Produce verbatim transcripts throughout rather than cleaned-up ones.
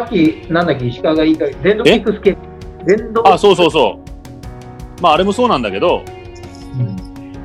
きなんだっけ石川が言いたい電動キックスケート電動あそうそうそうまああれもそうなんだけど、うん、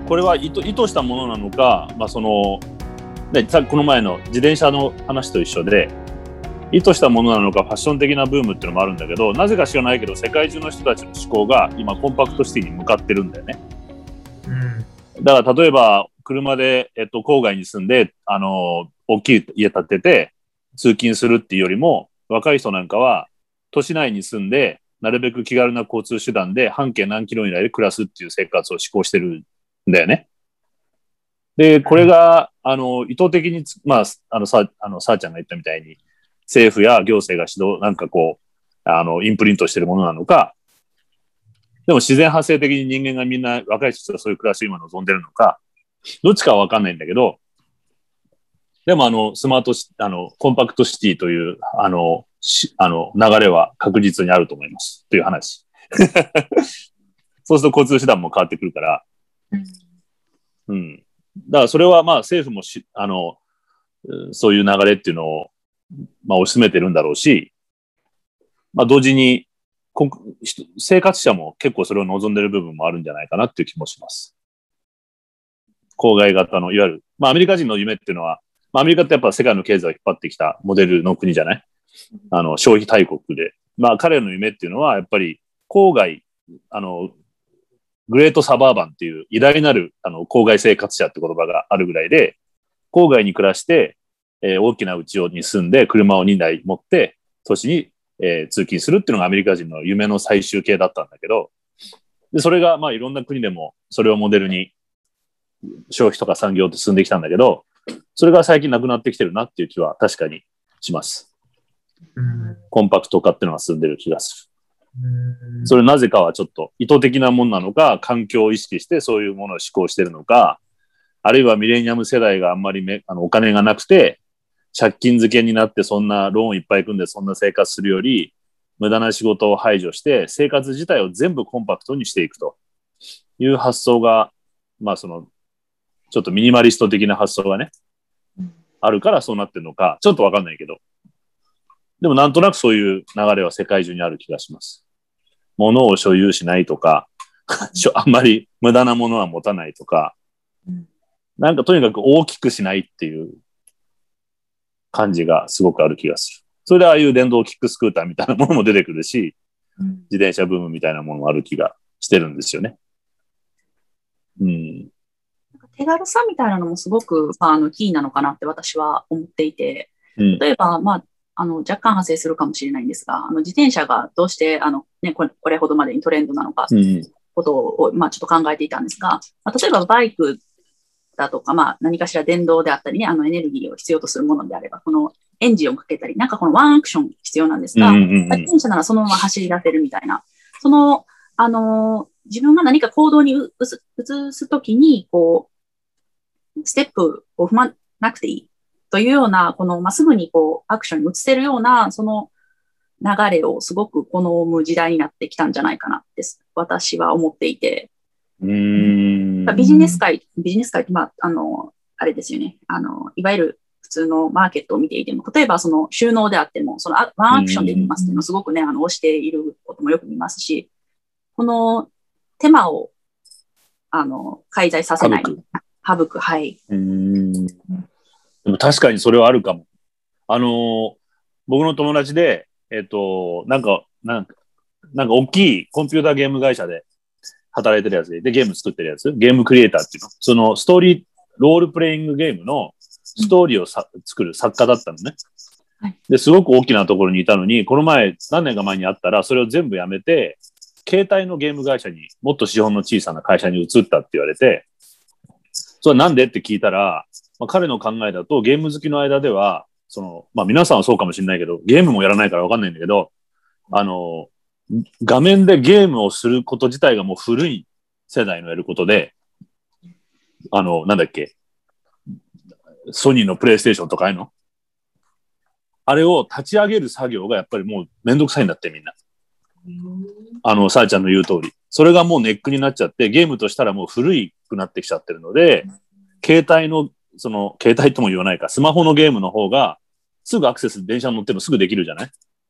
これは意図、意図したものなのか、まあそのね、さこの前の自転車の話と一緒で意図したものなのかファッション的なブームっていうのもあるんだけど、なぜか知らないけど世界中の人たちの思考が今コンパクトシティに向かってるんだよね、うん、だから例えば車で、えっと、郊外に住んであの大きい家建てて通勤するっていうよりも、若い人なんかは都市内に住んでなるべく気軽な交通手段で半径何キロ以内で暮らすっていう生活を志向してるんだよね。でこれがあの意図的にまああのさあのさあちゃんが言ったみたいに政府や行政が指導なんかこうあのインプリントしてるものなのか、でも自然発生的に人間がみんな若い人がそういう暮らしを今望んでるのか、どっちかは分かんないんだけど、でもあのスマートあのコンパクトシティというあのあの流れは確実にあると思いますという話。そうすると交通手段も変わってくるから、うん、だからそれはまあ政府もしあのそういう流れっていうのをまあ推し進めてるんだろうし、まあ同時に生活者も結構それを望んでる部分もあるんじゃないかなっていう気もします。郊外型のいわゆるまあアメリカ人の夢っていうのは、まあ、アメリカってやっぱ世界の経済を引っ張ってきたモデルの国じゃない？あの消費大国で、まあ彼らの夢っていうのはやっぱり郊外、あのグレートサバーバンっていう偉大なるあの郊外生活者って言葉があるぐらいで、郊外に暮らして、えー、大きな家に住んで車をにだい持って都市に、えー、通勤するっていうのがアメリカ人の夢の最終形だったんだけど、でそれがまあいろんな国でもそれをモデルに消費とか産業って進んできたんだけど、それが最近なくなってきてるなっていう気は確かにします。うん、コンパクト化っていうのが進んでる気がする。うん、それなぜかはちょっと意図的なものなのか、環境を意識してそういうものを施行してるのか、あるいはミレニアム世代があんまりめあのお金がなくて借金漬けになってそんなローンいっぱい組んでそんな生活するより、無駄な仕事を排除して生活自体を全部コンパクトにしていくという発想が、まあそのちょっとミニマリスト的な発想がね、うん、あるからそうなってるのかちょっとわかんないけど、でもなんとなくそういう流れは世界中にある気がします。物を所有しないとかあんまり無駄なものは持たないとか、うん、なんかとにかく大きくしないっていう感じがすごくある気がする。それでああいう電動キックスクーターみたいなものも出てくるし、うん、自転車ブームみたいなものもある気がしてるんですよね。うん、 手軽さみたいなのもすごくあのキーなのかなって私は思っていて、例えば、まあ、あの若干派生するかもしれないんですが、あの自転車がどうしてあの、ね、これ、これほどまでにトレンドなのかということを、まあ、ちょっと考えていたんですが、まあ、例えばバイクだとか、まあ、何かしら電動であったりね、あのエネルギーを必要とするものであれば、このエンジンをかけたり、なんかこのワンアクション必要なんですが、うんうんうん、自転車ならそのまま走り出せるみたいな、その、あの、自分が何か行動に移すときに、こう、ステップを踏まなくていいというような、この、まあ、すぐにこう、アクションに移せるような、その流れをすごく好む時代になってきたんじゃないかなって、私は思っていて。 うーんビジネス界、ビジネス界って、まあ、あの、あれですよね。あの、いわゆる普通のマーケットを見ていても、例えばその収納であっても、そのワンアクションで見ますっていうのをすごくね、あの、押していることもよく見ますし、この手間を、あの、介在させない。省く、はい。 うーん。でも確かにそれはあるかも。あのー、僕の友達で、えっと、なんか、なんか、なんか大きいコンピューターゲーム会社で働いてるやつで、で、ゲーム作ってるやつ、ゲームクリエイターっていうの。そのストーリー、ロールプレイングゲームのストーリーをさ、うん、作る作家だったのね。はい。で、すごく大きなところにいたのに、この前、何年か前に会ったら、それを全部やめて、携帯のゲーム会社に、もっと資本の小さな会社に移ったって言われて、それはなんでって聞いたら、まあ、彼の考えだとゲーム好きの間では、その、まあ皆さんはそうかもしれないけど、ゲームもやらないからわかんないんだけど、あの、画面でゲームをすること自体がもう古い世代のやることで、あの、なんだっけ、ソニーのプレイステーションとかああいうのあれを立ち上げる作業がやっぱりもうめんどくさいんだってみんな。あの、さあちゃんの言う通り。それがもうネックになっちゃって、ゲームとしたらもう古いくなってきちゃってるので、携帯の、その、携帯とも言わないか、スマホのゲームの方が、すぐアクセス、電車に乗ってもすぐできるじゃない？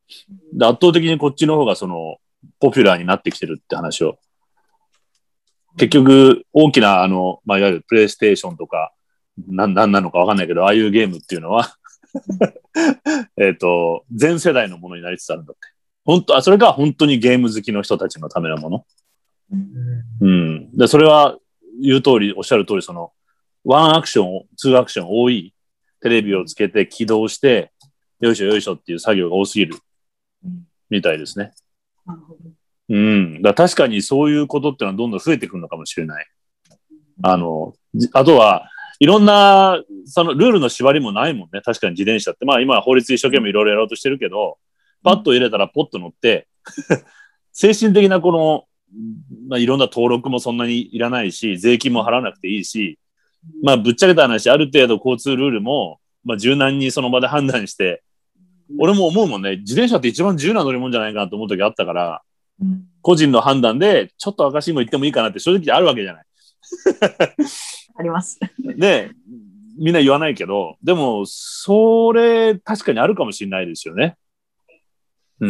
で圧倒的にこっちの方がその、ポピュラーになってきてるって話を。結局、大きな、あの、まあ、いわゆるプレイステーションとか、なん、なんなのかわかんないけど、ああいうゲームっていうのは、えっと、全世代のものになりつつあるんだって。本当、あ、それが本当にゲーム好きの人たちのためのもの。うん。で、それは、言う通り、おっしゃる通り、その、ワンアクション、ツーアクション多い、テレビをつけて起動して、よいしょよいしょっていう作業が多すぎる、みたいですね。 なるほど。 うん。だから確かにそういうことっていうのはどんどん増えてくるのかもしれない。あの、あとは、いろんな、そのルールの縛りもないもんね。確かに自転車って。まあ今法律一生懸命いろいろやろうとしてるけど、パッと入れたらポッと乗って、精神的なこの、まあいろんな登録もそんなにいらないし、税金も払わなくていいし、まあぶっちゃけた話、ある程度交通ルールも、まあ柔軟にその場で判断して、俺も思うもんね、自転車って一番自由な乗り物じゃないかなと思う時あったから、個人の判断でちょっと赤信号行ってもいいかなって正直あるわけじゃない。 あります。 で、みんな言わないけど、でも、それ、確かにあるかもしれないですよね。うん。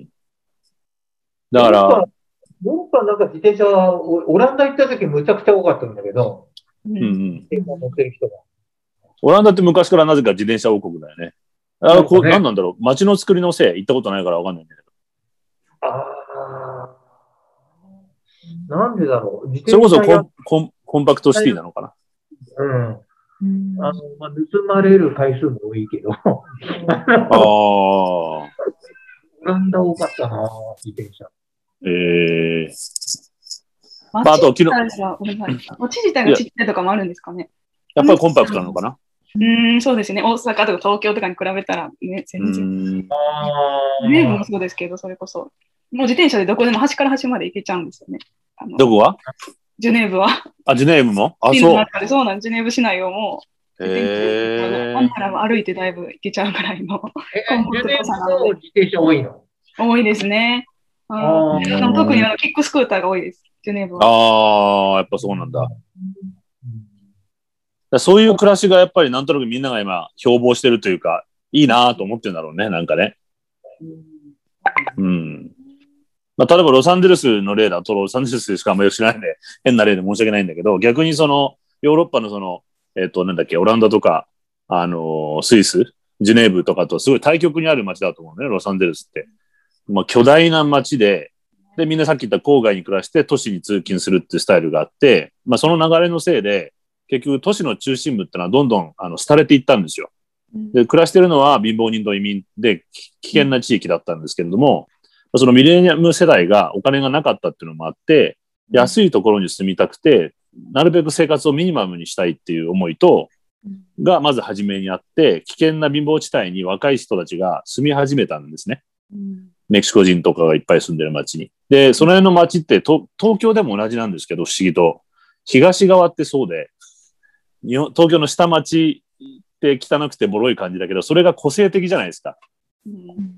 だから、 ヨーロッパなんか自転車は、オランダ行った時むちゃくちゃ多かったんだけど、 うんうん。 自転車乗ってる人が。 オランダって昔からなぜか自転車王国だよね。あれ、こう、なんなんだろう。街の作りのせい、行ったことないからわかんないんだけど。 ああ。なんでだろう。自それこそ転車コンコンコンパクトシティなのかな。 うん。あの、まあ、盗まれる回数も多いけど。ああ。 オランダ多かったな、自転車。 ええー。 まあ、あと、昨日。街自体がちっちゃいとかもあるんですかね。 やっぱりコンパクトなのかな。 うん、そうですね。大阪とか東京とかに比べたらね、全然。あネーブもそうですけど、それこそ。もう自転車でどこでも端から端まで行けちゃうんですよね。あのどこはジュネーブは。 あ、ジュネーブもあ、そう。 そうなん、ジュネーブ市内をもう、 えー、 あんたらは歩いてだいぶ行けちゃうぐらいの。 え、ジュネーブの自転車多いの？ 多いですね。あ特にあのキックスクーターが多いです、ジュネーブは。 ああ、やっぱそうなんだ。だそういう暮らしがやっぱりなんとなくみんなが今標榜してるというか、いいなと思ってるんだろうね、なんかね。うん。まあ、例えばロサンゼルスの例だと、ロサンゼルスしかあんまりよく知らないんで、変な例で申し訳ないんだけど、逆にその、ヨーロッパのその、えっと、なんだっけ、オランダとか、あのー、スイス、ジュネーブとかとすごい対極にある街だと思うね、ロサンゼルスって。まあ、巨大な街で、で、みんなさっき言った郊外に暮らして都市に通勤するっていうスタイルがあって、まあ、その流れのせいで、結局都市の中心部ってのはどんどん、あの、廃れていったんですよ。で、暮らしてるのは貧乏人と移民で危険な地域だったんですけれども、そのミレニアム世代がお金がなかったっていうのもあって、安いところに住みたくて、なるべく生活をミニマムにしたいっていう思いと、がまず初めにあって、危険な貧乏地帯に若い人たちが住み始めたんですね。メキシコ人とかがいっぱい住んでる街に。で、その辺の街ってと東京でも同じなんですけど、不思議と。東側ってそうで、日本東京の下町って汚くてボロい感じだけど、それが個性的じゃないですか。うん、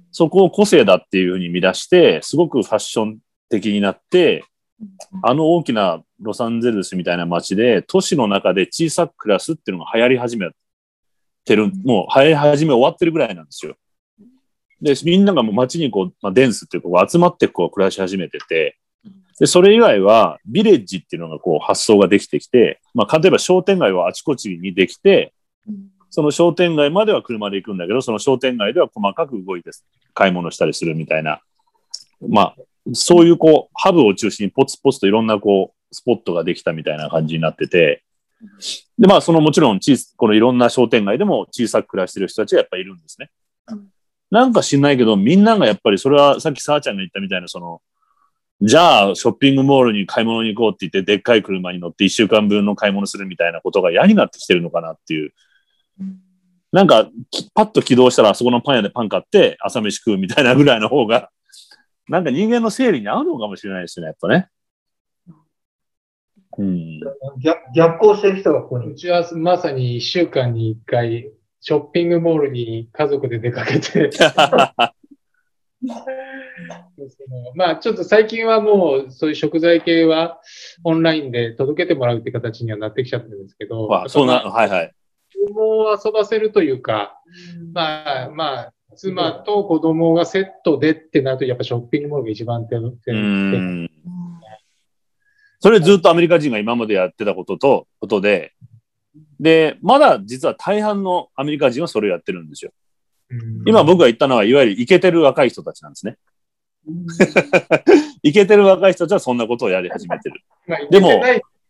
そこを個性だっていうふうに見出して、すごくファッション的になって、あの大きなロサンゼルスみたいな街で、都市の中で小さく暮らすっていうのが流行り始めてる、もう流行り始め終わってるぐらいなんですよ。で、みんながもう街にこう、まあ、デンスっていうかこう集まってこう暮らし始めてて、で、それ以外はビレッジっていうのがこう発想ができてきて、まあ、例えば商店街はあちこちにできて、その商店街までは車で行くんだけど、その商店街では細かく動いて買い物したりするみたいな。まあ、そういうこう、ハブを中心にポツポツといろんなこう、スポットができたみたいな感じになってて、で、まあ、そのもちろん小、このいろんな商店街でも小さく暮らしてる人たちがやっぱりいるんですね。なんか知んないけど、みんながやっぱりそれはさっきさあちゃんが言ったみたいな、その、じゃあ、ショッピングモールに買い物に行こうって言って、でっかい車に乗っていっしゅうかんぶんの買い物するみたいなことが嫌になってきてるのかなっていう。なんか、パッと起動したらあそこのパン屋でパン買って朝飯食うみたいなぐらいの方が、なんか人間の生理に合うのかもしれないですね、やっぱね。うん、 逆, 逆行してる人がここに。 うちはまさにいっしゅうかんにいっかい、ショッピングモールに家族で出かけて、まあちょっと最近はもうそういう食材系はオンラインで届けてもらうって形にはなってきちゃってるんですけど、 まあ、そうな、はいはい。 子供を遊ばせるというか、まあまあ妻と子供がセットでってなると、やっぱショッピングモールが一番手の手。 それずっとアメリカ人が今までやってたことと、ことで、で、まだ実は大半のアメリカ人はそれをやってるんですよ。今僕が言ったのは、いわゆるイケてる若い人たちなんですね。イケてる若い人たちはそんなことをやり始めてる。でも、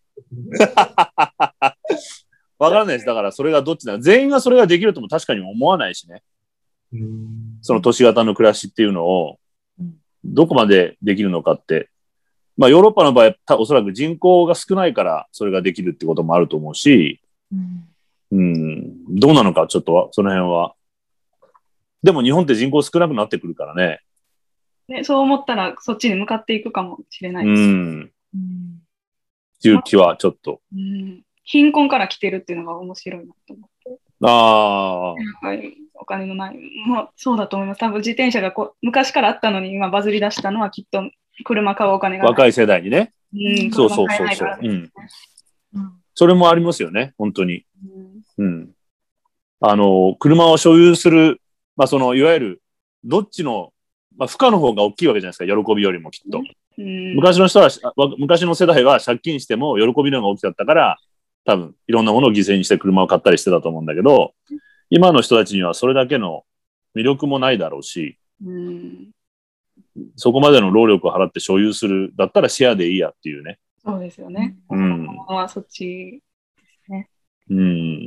わからないです。だからそれがどっちだ。全員がそれができるとも確かに思わないしね。その都市型の暮らしっていうのを、どこまでできるのかって。まあヨーロッパの場合、おそらく人口が少ないからそれができるってこともあると思うし、うん、どうなのかちょっとその辺は。でも日本って人口少なくなってくるからね。 ね、そう思ったらそっちに向かっていくかもしれないです。 うん。っていう気はちょっと、 うん。貧困から来てるっていうのが面白いなと思って。 ああ。 やっぱりお金のない。まあそうだと思います。多分自転車がこう昔からあったのに今バズり出したのはきっと車買うお金がない。 若い世代にね。 うん、 そうそうそうそう。うん。それもありますよね、本当に。うん。うん、あの、車を所有する、まあその、いわゆる、どっちの、まあ負荷の方が大きいわけじゃないですか、喜びよりもきっと。うん、昔の人は、昔の世代は借金しても喜びの方が大きかったから、多分、いろんなものを犠牲にして車を買ったりしてたと思うんだけど、今の人たちにはそれだけの魅力もないだろうし、うん、そこまでの労力を払って所有する、だったらシェアでいいやっていうね。 そうですよね。 うん。 まあ、そっちですね。 うん。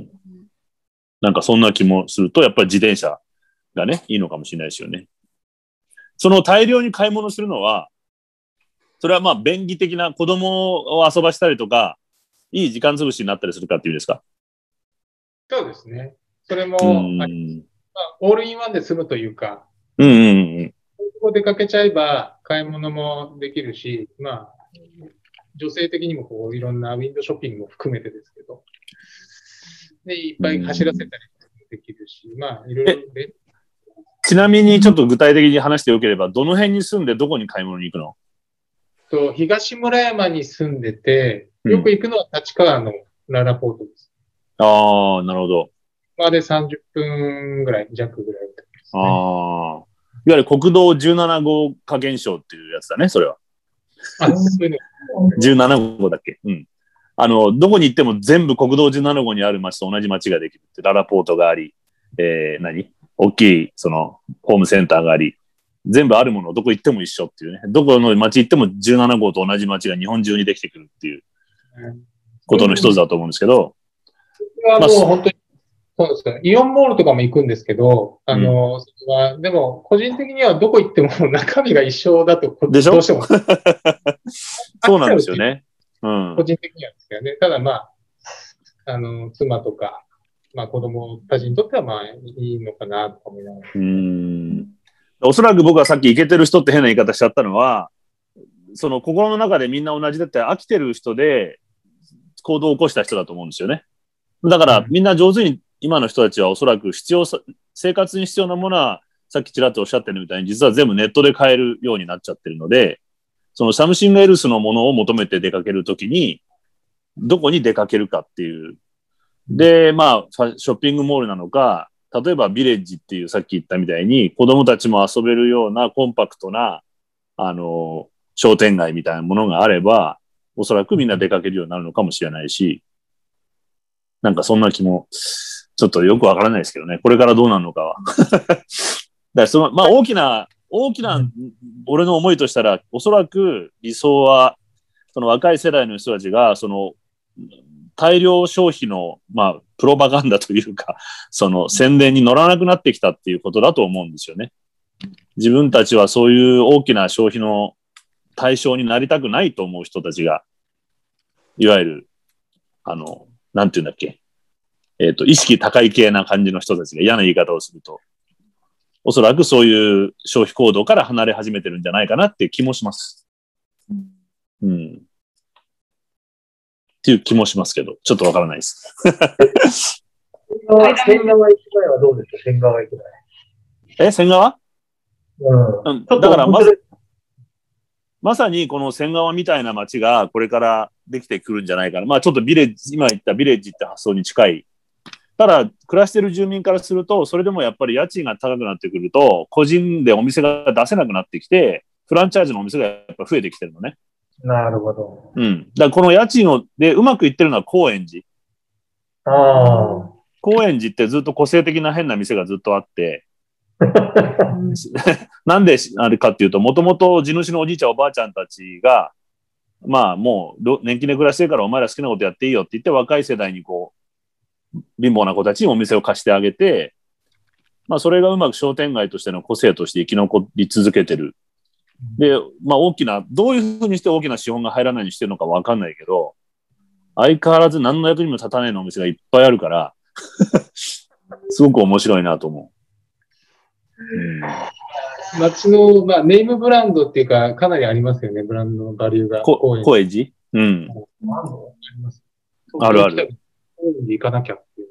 なんかそんな気もすると、やっぱり自転車がね、いいのかもしれないですよね。その大量に買い物するのは、それはまあ便宜的な子供を遊ばしたりとか、いい時間潰しになったりするかっていうんですか。 そうですね。それも、まあ、オールインワンで済むというか、 うんうんうん。 ここ出かけちゃえば買い物もできるし、まあ、女性的にもこういろんなウィンドウショッピングも含めてですけど、で、いっぱい走らせたりできるし、まあ、いろいろ。 ちなみにちょっと具体的に話してよければ、どの辺に住んでどこに買い物に行くの？ と東村山に住んでて、よく行くのは立川のララポートです。 うん、ああ、なるほど。 までさんじゅっぷんぐらい、弱ぐらい、ね。 ああ。いわゆる国道じゅうななごう化現象っていうやつだね、それは。 あ、そういうの。 じゅうななごうだっけ？うん。あの、どこに行っても全部国道じゅうななごうにある街と同じ街ができるって、ララポートがあり、えー、何？大きい、その、ホームセンターがあり、全部あるものどこ行っても一緒っていうね。どこの街行ってもじゅうななごうと同じ街が日本中にできてくるっていうことの一つだと思うんですけど。 うん、まあ、もう本当に、そうですね。イオンモールとかも行くんですけど、あの、うん、それはでも、個人的にはどこ行っても中身が一緒だと、 でしょ？ どうしても。 そうなんですよね。うん。 個人的にはですよね。ただまあ、あの、妻とか、まあ子供たちにとってはまあいいのかなと思いながら。 うーん。おそらく僕はさっきイケてる人って変な言い方しちゃったのは、その心の中でみんな同じだって飽きてる人で行動を起こした人だと思うんですよね。だからみんな上手に今の人たちはおそらく必要、生活に必要なものはさっきちらっとおっしゃってるみたいに実は全部ネットで買えるようになっちゃってるので、そのサムシングエルスのものを求めて出かけるときにどこに出かけるかっていう。で、まあ、ショッピングモールなのか、例えばビレッジっていうさっき言ったみたいに子供たちも遊べるようなコンパクトな、あの、商店街みたいなものがあれば、おそらくみんな出かけるようになるのかもしれないし、なんかそんな気も、ちょっとよくわからないですけどね。これからどうなるのかは。だからその、まあ大きな、大きな、俺の思いとしたら、おそらく理想は、その若い世代の人たちが、その、大量消費の、まあ、プロパガンダというか、その宣伝に乗らなくなってきたっていうことだと思うんですよね。自分たちはそういう大きな消費の対象になりたくないと思う人たちが、いわゆる、あの、なんていうんだっけ、えっと、意識高い系な感じの人たちが嫌な言い方をすると、おそらくそういう消費行動から離れ始めてるんじゃないかなっていう気もします。うん。っていう気もしますけど、ちょっとわからないです。 千川、千川駅前はどうですか？千川駅前。 え、千川？ うん。 だからまさ、まさにこの千川みたいな街がこれからできてくるんじゃないかな。まあちょっとビレッジ、今言ったビレッジって発想に近い。 ただ、暮らしてる住民からすると、それでもやっぱり家賃が高くなってくると、個人でお店が出せなくなってきて、フランチャイズのお店がやっぱ増えてきてるのね。 なるほど。 うん。だからこの家賃を、で、うまくいってるのは高円寺。 ああ。 高円寺ってずっと個性的な変な店がずっとあって、なんであれかっていうと、もともと地主のおじいちゃんおばあちゃんたちが、まあもう年金で暮らしてるからお前ら好きなことやっていいよって言って若い世代にこう、貧乏な子たちにお店を貸してあげて、まあそれがうまく商店街としての個性として生き残り続けてる。で、まあ大きな、どういうふうにして大きな資本が入らないようにしてるのかわかんないけど、相変わらず何の役にも立たないのお店がいっぱいあるから、すごく面白いなと思う。 街の、まあ、ネームブランドっていうか、かなりありますよね、ブランドのバリューが。 高円寺うん。あるある。 高円寺行かなきゃっていう。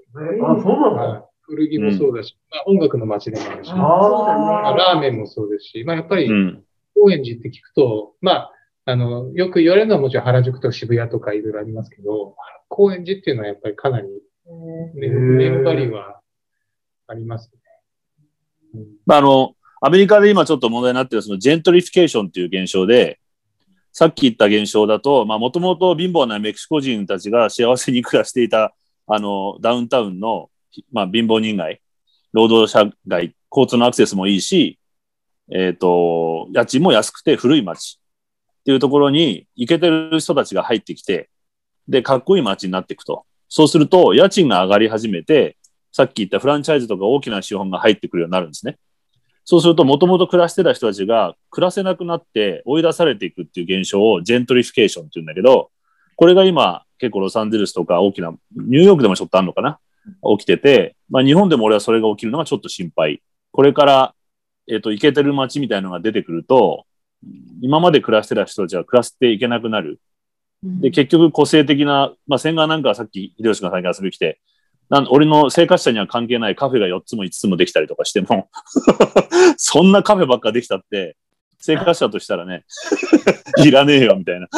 あ、そうなの？ 古着もそうだし、うん、まあ、音楽の街でもあるし、 あそうだねまあ、ラーメンもそうですし、まあ、やっぱり、高円寺って聞くと、まあ、あの、よく言われるのはもちろん原宿と渋谷とかいろいろありますけど、高円寺っていうのはやっぱりかなりネームバリューはありますね。 まあ、あの、アメリカで今ちょっと問題になっているそのジェントリフィケーションっていう現象で、さっき言った現象だと、まあもともと貧乏なメキシコ人たちが幸せに暮らしていた、あの、ダウンタウンの、まあ貧乏人街、労働者街、交通のアクセスもいいし、えっと、家賃も安くて古い街っていうところにイケてる人たちが入ってきて、で、かっこいい街になっていくと。そうすると、家賃が上がり始めて、さっき言ったフランチャイズとか大きな資本が入ってくるようになるんですね。そうすると、もともと暮らしてた人たちが暮らせなくなって追い出されていくっていう現象をジェントリフィケーションって言うんだけど、これが今結構ロサンゼルスとか大きな、ニューヨークでもちょっとあるのかな起きてて、まあ日本でも俺はそれが起きるのがちょっと心配。これから、えっと、イケてる街みたいなのが出てくると、今まで暮らしてた人たちは暮らしていけなくなる。で、結局個性的な、まあ、千賀なんかさっき秀吉が最近遊びに来て、なん俺の生活者には関係ないカフェがよっつもいつつもできたりとかしても、そんなカフェばっかできたって、生活者としたらね、いらねえよみたいな。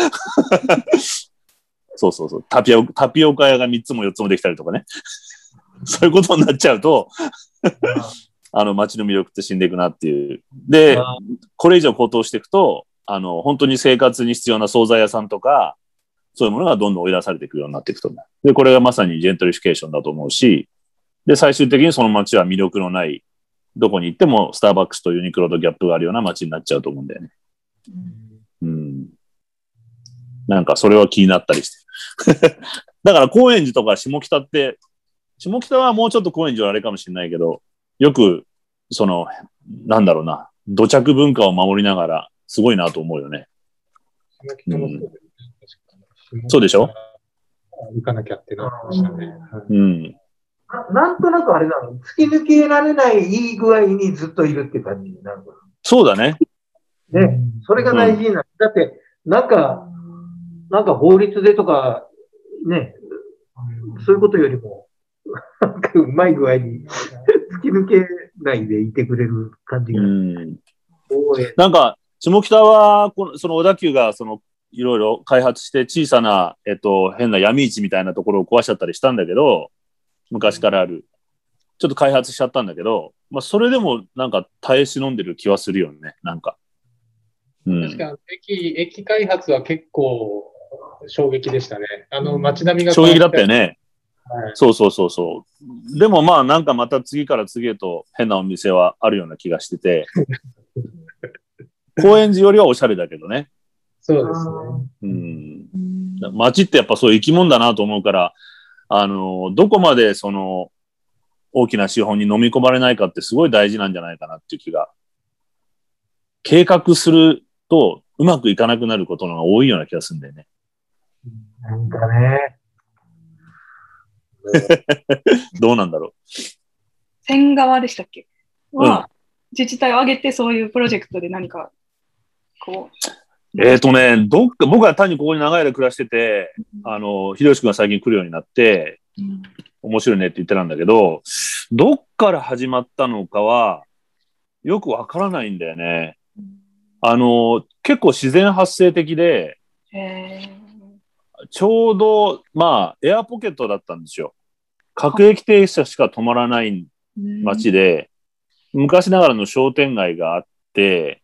そうそうそう。タピオ、タピオカ屋がみっつもよっつもできたりとかね。そういうことになっちゃうと、あの街の魅力って死んでいくなっていう。で、これ以上高騰していくと、あの、本当に生活に必要な惣菜屋さんとか、そういうものがどんどん追い出されていくようになっていくと思う。で、これがまさにジェントリフィケーションだと思うし、で、最終的にその街は魅力のない、どこに行ってもスターバックスとユニクロとギャップがあるような街になっちゃうと思うんだよね。うん。うん、なんかそれは気になったりして。だから高円寺とか下北って、下北はもうちょっと高円寺はあれかもしれないけど、よく、その、なんだろうな、土着文化を守りながら、すごいなと思うよね。うんそうでしょ行かなきゃってなってましたね。 うん。 な, なんとなくあれなの、突き抜けられないいい具合にずっといるっていう感じになるの。 そうだね。 ね、それが大事になる。うん、だって、なんか、なんか法律でとか、ね、そういうことよりも、なんかうまい具合に突き抜けないでいてくれる感じが。うん、 なんか、下北は、このその小田急が、その、いろいろ開発して小さな、えっと、変な闇市みたいなところを壊しちゃったりしたんだけど、昔からある。ちょっと開発しちゃったんだけど、まあ、それでもなんか耐え忍んでる気はするよね、なんか。 うん、確かに駅、駅開発は結構衝撃でしたね。あの街並みが。 衝撃だったよね。はい、そうそうそうそう。でもまあなんかまた次から次へと変なお店はあるような気がしてて、高円寺よりはおしゃれだけどね。 そうですね。 うん。街ってやっぱそういう生き物だなと思うから、あの、どこまでその大きな資本に飲み込まれないかってすごい大事なんじゃないかなっていう気が。計画するとうまくいかなくなることのが多いような気がするんだよね。 なんかね。 どうなんだろう。 仙川でしたっけは、うん、自治体を挙げてそういうプロジェクトで何か、こう。 えっとね、どっか、僕は単にここに長い間暮らしてて、うん、あの、秀吉君が最近来るようになって、うん、面白いねって言ってたんだけど、どっから始まったのかは、よくわからないんだよね。うん、あの、結構自然発生的で、 へーちょうど、まあ、エアポケットだったんですよ。 各駅停車しか止まらない街で、昔ながらの商店街があって、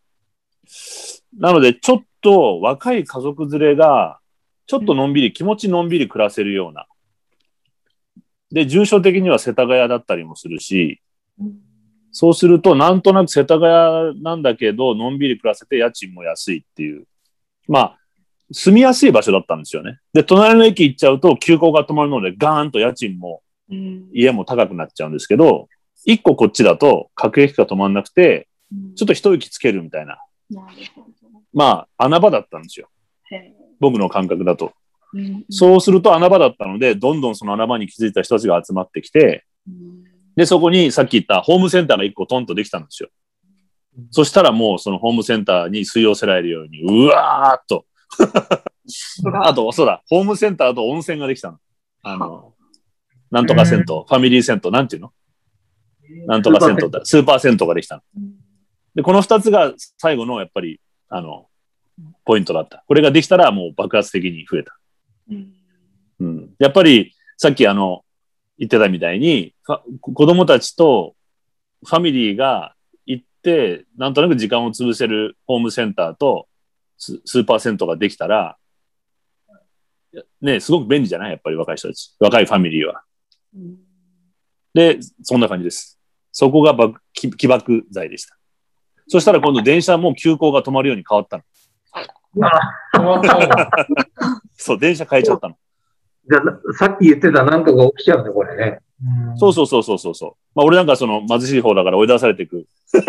なのでちょっと若い家族連れがちょっとのんびり、気持ちのんびり暮らせるような。で、住所的には世田谷だったりもするし、そうするとなんとなく世田谷なんだけど、のんびり暮らせて家賃も安いっていう。まあ、住みやすい場所だったんですよね。で、隣の駅行っちゃうと急行が止まるのでガーンと家賃も家も高くなっちゃうんですけど、一個こっちだと各駅が止まんなくて、ちょっと一息つけるみたいな。まあ、穴場だったんですよ。僕の感覚だと。そうすると穴場だったので、どんどんその穴場に気づいた人たちが集まってきて、で、そこにさっき言ったホームセンターが一個トンとできたんですよ。そしたらもうそのホームセンターに吸い寄せられるように、うわーっと。あと、そうだ、ホームセンターと温泉ができたの。あの、なんとか銭湯、ファミリー銭湯、なんていうのなんとか銭湯だ、スーパー銭湯ができたの。で、この二つが最後のやっぱり、あの、ポイントだった。これができたらもう爆発的に増えた。うん、やっぱりさっきあの、言ってたみたいに、子供たちとファミリーが行って、なんとなく時間を潰せるホームセンターとスーパー銭湯ができたら、ね、すごく便利じゃないやっぱり若い人たち。若いファミリーは。で、そんな感じです。そこが爆起起爆剤でした。そしたら今度電車も急行が止まるように変わったの。そう、電車変えちゃったの。 じゃあ、さっき言ってたなんかが起きちゃうね、これね。 そうそうそうそうそうそう。まあ、俺なんかその貧しい方だから追い出されていく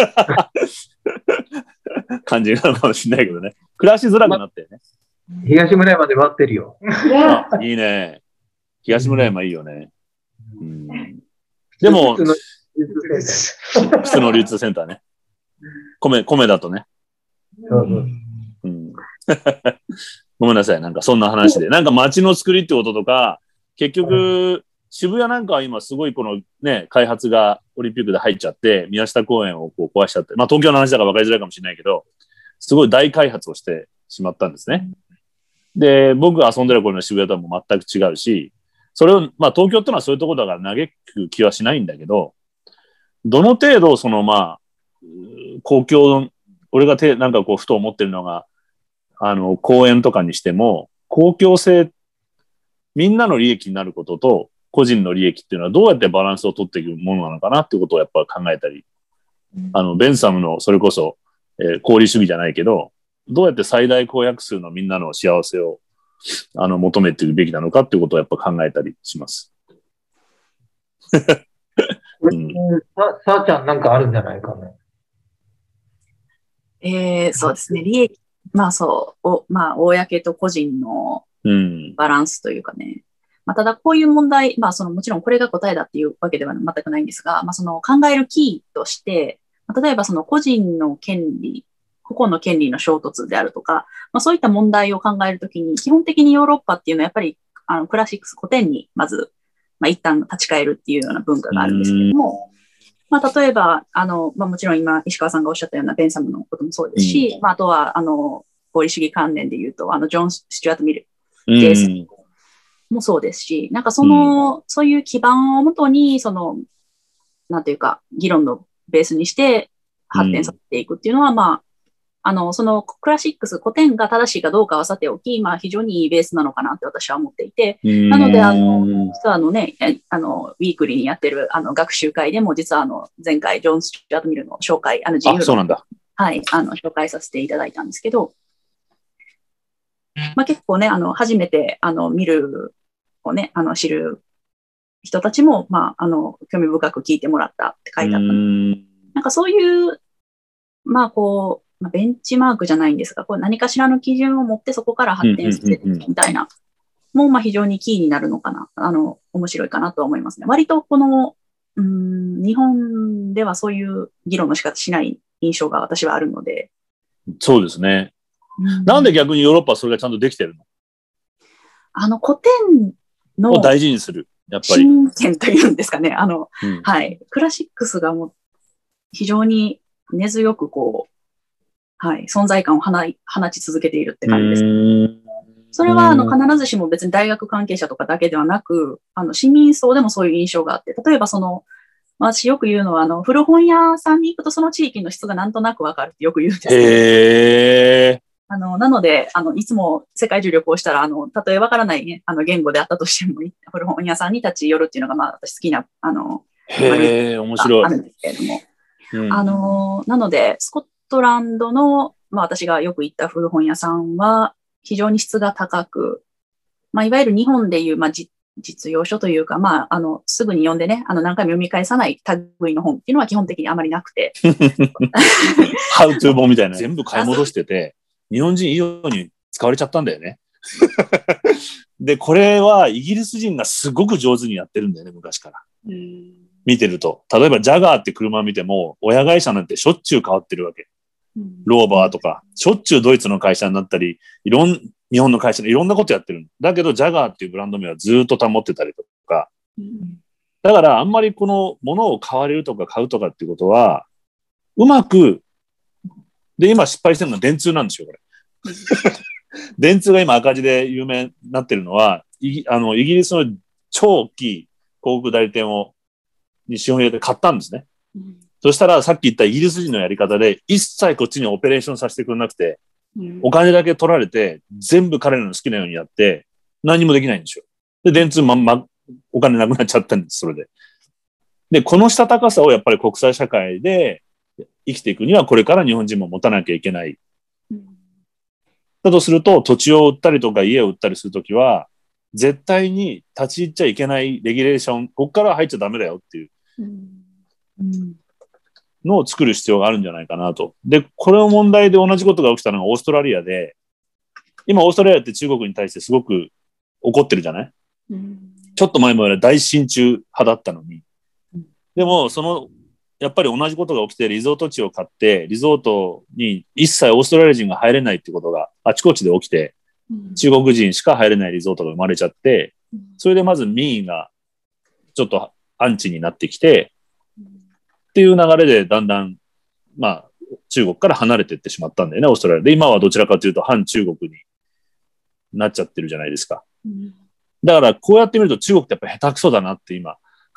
感じなのかもしれないけどね。暮らしづらくなってね。 東村山で待ってるよ。 あ、いいね。東村山いいよね。うん、でも、普通の流通センターね。米、米だとね。うん、ごめんなさい。なんかそんな話で。なんか街の作りってこととか、結局、渋谷なんかは今すごいこのね、開発がオリンピックで入っちゃって、宮下公園をこう壊しちゃって、まあ東京の話だから分かりづらいかもしれないけど、すごい大開発をしてしまったんですね。で、僕が遊んでる頃の渋谷とはもう全く違うし、それを、まあ東京ってのはそういうところだから嘆く気はしないんだけど、どの程度そのまあ、公共の、俺がてなんかこうふと思ってるのが、あの、公園とかにしても、公共性、みんなの利益になることと、個人の利益っていうのはどうやってバランスを取っていくものなのかなっていうことをやっぱ考えたり、あの、ベンサムのそれこそ、えー、功利主義じゃないけど、どうやって最大公約数のみんなの幸せを、あの、求めていくべきなのかっていうことをやっぱ考えたりします。 うん、さ、さあちゃんなんかあるんじゃないかね。 えー、そうですね。利益、まあそう、おまあ、公と個人のバランスというかね。うん、まあ、ただこういう問題、まあそのもちろんこれが答えだっていうわけでは全くないんですが、まあその考えるキーとして、例えばその個人の権利、個々の権利の衝突であるとか、まあそういった問題を考えるときに、基本的にヨーロッパっていうのはやっぱりあのクラシックス古典にまず、まあ一旦立ち返るっていうような文化があるんですけども、まあ例えば、あの、まあもちろん今石川さんがおっしゃったようなベンサムのこともそうですし、うん、まああとはあの、合理主義関連で言うと、あの、ジョン・スチュアート・ミル、ジェイソンもそうですし、なんかその、うん、そういう基盤をもとに、その、なんていうか、議論のベースにして発展させていくっていうのは、うん、まあ、あの、そのクラシックス、古典が正しいかどうかはさておき、まあ非常にいいベースなのかなって私は思っていて、うん、なので、あの、実はあのね、あの、ウィークリーにやってるあの学習会でも、実はあの、前回、ジョン・スチュアート・ミルの紹介、あの、自由あ、そうなんだ。 はい、あの、紹介させていただいたんですけど、まあ、結構ね、あの、初めて、あの、見る、をね、あの、知る人たちも、まあ、あの、興味深く聞いてもらったって書いてあった。なんかそういう、まあ、こう、まあ、ベンチマークじゃないんですが、こう何かしらの基準を持ってそこから発展していくみたいな、もう、まあ、非常にキーになるのかな、あの、面白いかなと思いますね。割とこの、うん、日本ではそういう議論の仕方しない印象が私はあるので。 そうですね。なんで逆にヨーロッパはそれがちゃんとできてるの？ あの古典のを大事にする。やっぱり。 真剣というんですかね。あの、うん、はい。クラシックスがもう非常に根強くこう、はい。存在感を放い、放ち続けているって感じです。 それはあの必ずしも別に大学関係者とかだけではなく、あの市民層でもそういう印象があって、例えばその、私よく言うのは、あの古本屋さんに行くとその地域の質がなんとなくわかるってよく言うんですけど、 へー。 あの、なので、あの、いつも世界中旅行したら、あの、たとえわからないね、あの、言語であったとしても、古本屋さんに立ち寄るっていうのが、まあ、私好きな、あの、 へー、面白い。 あるんですけれども、 うん、 あの、なので、スコットランドの、まあ、私がよく行った古本屋さんは、非常に質が高く、まあ、いわゆる日本でいう、まあ、じ実用書というか、まあ、あの、すぐに読んでね、あの、何回も読み返さない類の本っていうのは基本的にあまりなくて。 ハウトゥー本みたいな。全部買い戻してて、日本人いいように使われちゃったんだよね。で、これはイギリス人がすごく上手にやってるんだよね、昔から。うん、見てると。例えば、ジャガーって車見ても、親会社なんてしょっちゅう変わってるわけ。うん、ローバーとか、しょっちゅうドイツの会社になったり、いろん、日本の会社でいろんなことやってる。だけど、ジャガーっていうブランド名はずっと保ってたりとか。うん、だから、あんまりこの物を買われるとか買うとかっていうことは、うまく、で、今失敗してるのは電通なんですよ、これ。電通が今赤字で有名になってるのは、イあのイギリスの超大きい広告代理店を、に資本入れて買ったんですね。うん、そしたらさっき言ったイギリス人のやり方で、一切こっちにオペレーションさせてくれなくて、うん、お金だけ取られて、全部彼らの好きなようにやって、何もできないんですよ。で、電通まんま、お金なくなっちゃったんです、それで。で、このしたたかさをやっぱり国際社会で生きていくには、これから日本人も持たなきゃいけない。だとすると、土地を売ったりとか家を売ったりするときは、絶対に立ち入っちゃいけないレギュレーション、ここからは入っちゃダメだよっていうのを作る必要があるんじゃないかなと。で、これの問題で同じことが起きたのがオーストラリアで、今オーストラリアって中国に対してすごく怒ってるじゃない、うん、ちょっと前まで大親中派だったのに。でも、その、やっぱり同じことが起きてリゾート地を買ってリゾートに一切オーストラリア人が入れないってことがあちこちで起きて、うん、中国人しか入れないリゾートが生まれちゃって、うん、それでまず民意がちょっとアンチになってきて、うん、っていう流れでだんだんまあ中国から離れていってしまったんだよね、オーストラリアで。今はどちらかというと反中国になっちゃってるじゃないですか、うん、だからこうやってみると中国ってやっぱ下手くそだなって今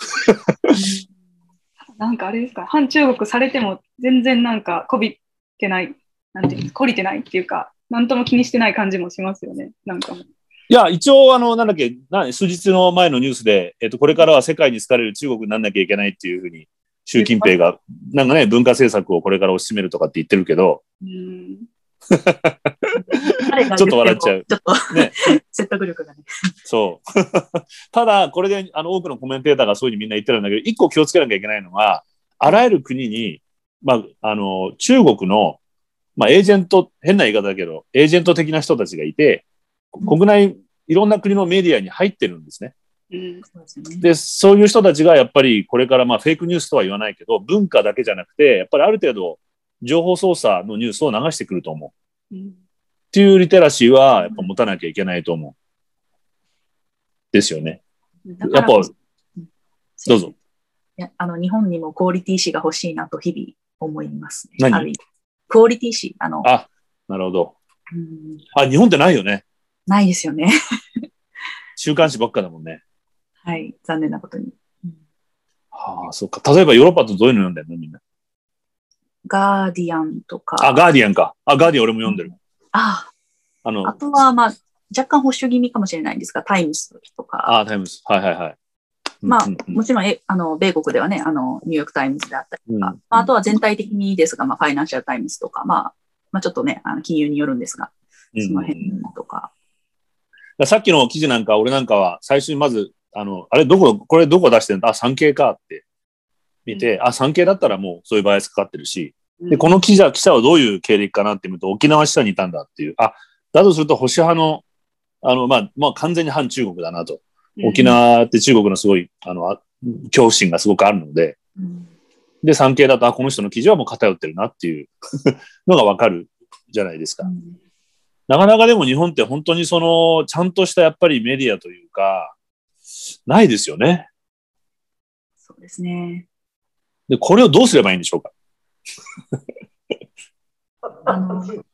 なんかあれですか、反中国されても全然なんかこびってない、なんていうの、こりてないっていうか、なんとも気にしてない感じもしますよね、なんかも。いや、一応、あの、なんだっけ、な数日の前のニュースで、えっと、これからは世界に好かれる中国にならなきゃいけないっていうふうに、習近平が、なんかね、文化政策をこれから推し進めるとかって言ってるけど、うんちょっと笑っちゃう。 ちょっと、ね、説得力がね。 そう。ただ、これであの多くのコメンテーターがそういうふうにみんな言ってるんだけど、一個気をつけなきゃいけないのは、あらゆる国に、まあ、あの、中国の、まあ、エージェント、変な言い方だけど、エージェント的な人たちがいて、国内、いろんな国のメディアに入ってるんですね。うん、で、そういう人たちがやっぱりこれからまあフェイクニュースとは言わないけど、文化だけじゃなくて、やっぱりある程度、情報操作のニュースを流してくると思う。うん、っていうリテラシーはやっぱ持たなきゃいけないと思う。ですよね。やっぱ、どうぞ。 いや、あの、日本にもクオリティ誌が欲しいなと日々思いますね。 何？ あるクオリティ誌。あの、 あ、なるほど。うん、あ、日本ってないよね。 ないですよね。 週刊誌ばっかだもんね。 はい、残念なことに。うん、 はあ、そうか。例えばヨーロッパとどういうの読んでるのみんな。 ガーディアンとか。 あ、ガーディアンか。あ、ガーディアン俺も読んでる。うん、 ああ。あの、あとは、まあ、若干保守気味かもしれないんですが、タイムスとか。 あ、タイムス。はいはいはい。 まあ、うんうん、もちろん、え、あの、米国ではね、あの、ニューヨークタイムズであったりとか、うん、まあ、あとは全体的にですが、まあ、ファイナンシャルタイムズとか、まあ、まあ、ちょっとね、あの金融によるんですが、その辺とか。 うん、さっきの記事なんか、俺なんかは、最初にまず、あの、あれ、どこ、これどこ出してるんだ？あ、産経かって見て、うん、あ、産経だったらもうそういうバイアスかかってるし、で、この記者、記者はどういう経歴かなって見ると、沖縄支社にいたんだっていう。あ、だとすると保守派の、あの、まあ、まあ、完全に反中国だなと。うん、沖縄って中国のすごい、あの、恐怖心がすごくあるので、うん、で、産経だと、あ、この人の記事はもう偏ってるなっていうのがわかるじゃないですか。うん、なかなかでも日本って本当にその、ちゃんとしたやっぱりメディアというか、ないですよね。 そうですね。 で、これをどうすればいいんでしょうか。 あの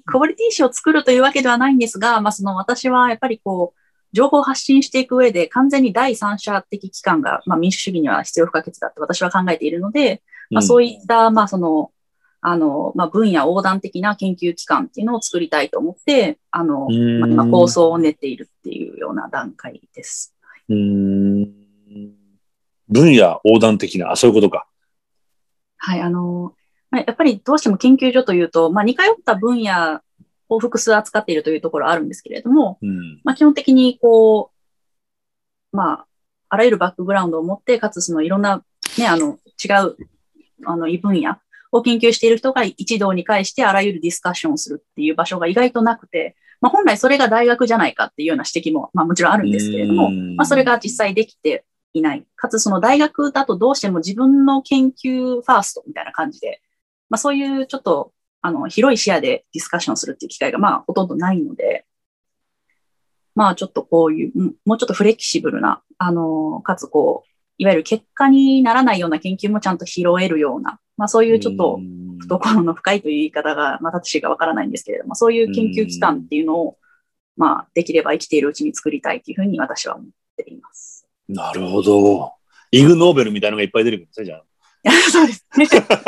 クオリティ誌を作るというわけではないんですが、まあ、その私はやっぱりこう、情報を発信していく上で完全に第三者的機関が、まあ、民主主義には必要不可欠だって私は考えているので、まあ、そういった、まあ、その、あの、まあ、分野横断的な研究機関っていうのを作りたいと思って、あの、まあ、今構想を練っているっていうような段階です。 うーん。分野横断的な、あ、そういうことか。 はい、あの、やっぱりどうしても研究所というと、まあ、似通った分野を複数扱っているというところはあるんですけれども、うん、まあ、基本的にこう、まあ、あらゆるバックグラウンドを持って、かつそのいろんな、ね、あの、違う、あの、異分野を研究している人が一堂に会してあらゆるディスカッションをするっていう場所が意外となくて、まあ、本来それが大学じゃないかっていうような指摘も、まあ、もちろんあるんですけれども、まあ、それが実際できていない。かつその大学だとどうしても自分の研究ファーストみたいな感じで、まあ、そういうちょっと、あの、広い視野でディスカッションするっていう機会が、まあ、ほとんどないので、まあ、ちょっとこういう、もうちょっとフレキシブルな、あの、かつこう、いわゆる結果にならないような研究もちゃんと拾えるような、まあ、そういうちょっと、懐の深いという言い方が、まあ、私がわからないんですけれども、そういう研究機関っていうのを、まあ、できれば生きているうちに作りたいというふうに私は思っています。 なるほど。イグ・ノーベルみたいなのがいっぱい出てくるんですね、じゃあ。 そうですね。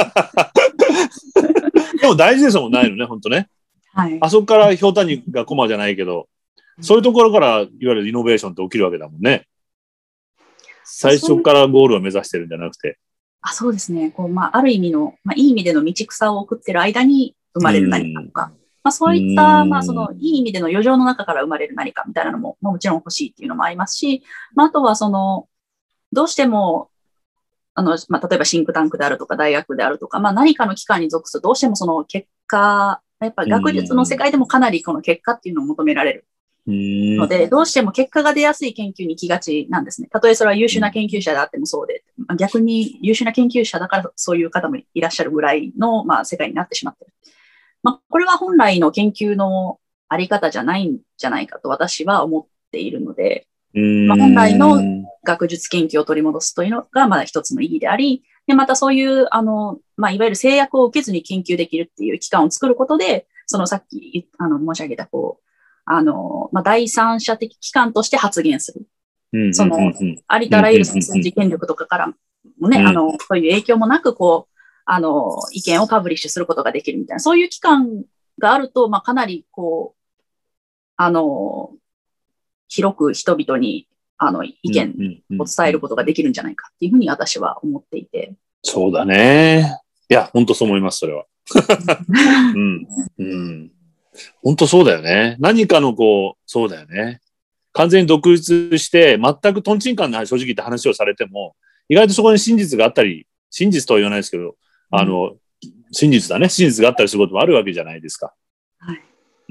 でも大事ですもんないのね、本当ね。 はい。 あそこからひょうたんにがコマじゃないけど、そういうところからいわゆるイノベーションって起きるわけだもんね。最初からゴールを目指してるんじゃなくて。 あ、そうですね。こう、まあ、ある意味の、まあ、いい意味での道草を送ってる間に生まれる何かとか、まあ、そういった、まあ、その、いい意味での余剰の中から生まれる何かみたいなのも、もちろん欲しいっていうのもありますし、まあ、あとはその、どうしても、あの、まあ、例えばシンクタンクであるとか大学であるとか、まあ、何かの機関に属するとどうしてもその結果、やっぱり学術の世界でもかなりこの結果っていうのを求められるので、どうしても結果が出やすい研究に行きがちなんですね。たとえそれは優秀な研究者であってもそうで、逆に優秀な研究者だからそういう方もいらっしゃるぐらいの、まあ、世界になってしまっている。まあ、これは本来の研究のあり方じゃないんじゃないかと私は思っているので、まあ、本来の学術研究を取り戻すというのがまだ一つの意義であり、でまたそういうあの、まあ、いわゆる制約を受けずに研究できるっていう機関を作ることで、そのさっきあの申し上げたこうあの、まあ、第三者的機関として発言する。その、ありとあらゆる政治権力とかからもね、あの、そういう影響もなく、こう、あの、意見をパブリッシュすることができるみたいな、そういう機関があると、まあ、かなり、こう、あの、広く人々に、あの、意見を伝えることができるんじゃないかっていうふうに私は思っていて。 そうだね。いや、本当そう思います、それは。うん。うん本当そうだよね。何かのこう、そうだよね。完全に独立して、全くトンチンカンな正直言って話をされても、意外とそこに真実があったり、真実とは言わないですけど、あの、うん、真実だね。真実があったりすることもあるわけじゃないですか。 はい。 うん。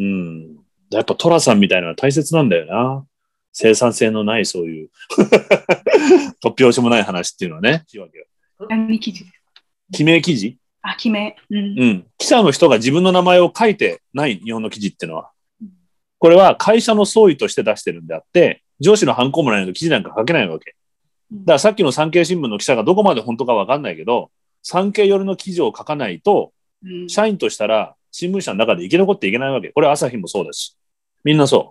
やっぱトラさんみたいなのは大切なんだよな。生産性のないそういう、突拍子もない話っていうのはね。 何記事ですか？ 記名記事あ、記名、うん。 うん。記者の人が自分の名前を書いてない日本の記事っていうのは。これは会社の総意として出してるんであって、上司のハンコもないの記事なんか書けないわけ。だからさっきの産経新聞の記者がどこまで本当かわかんないけど、産経寄りの記事を書かないと、社員としたら新聞社の中で生き残っていけないわけ。これは朝日もそうだし。みんなそう。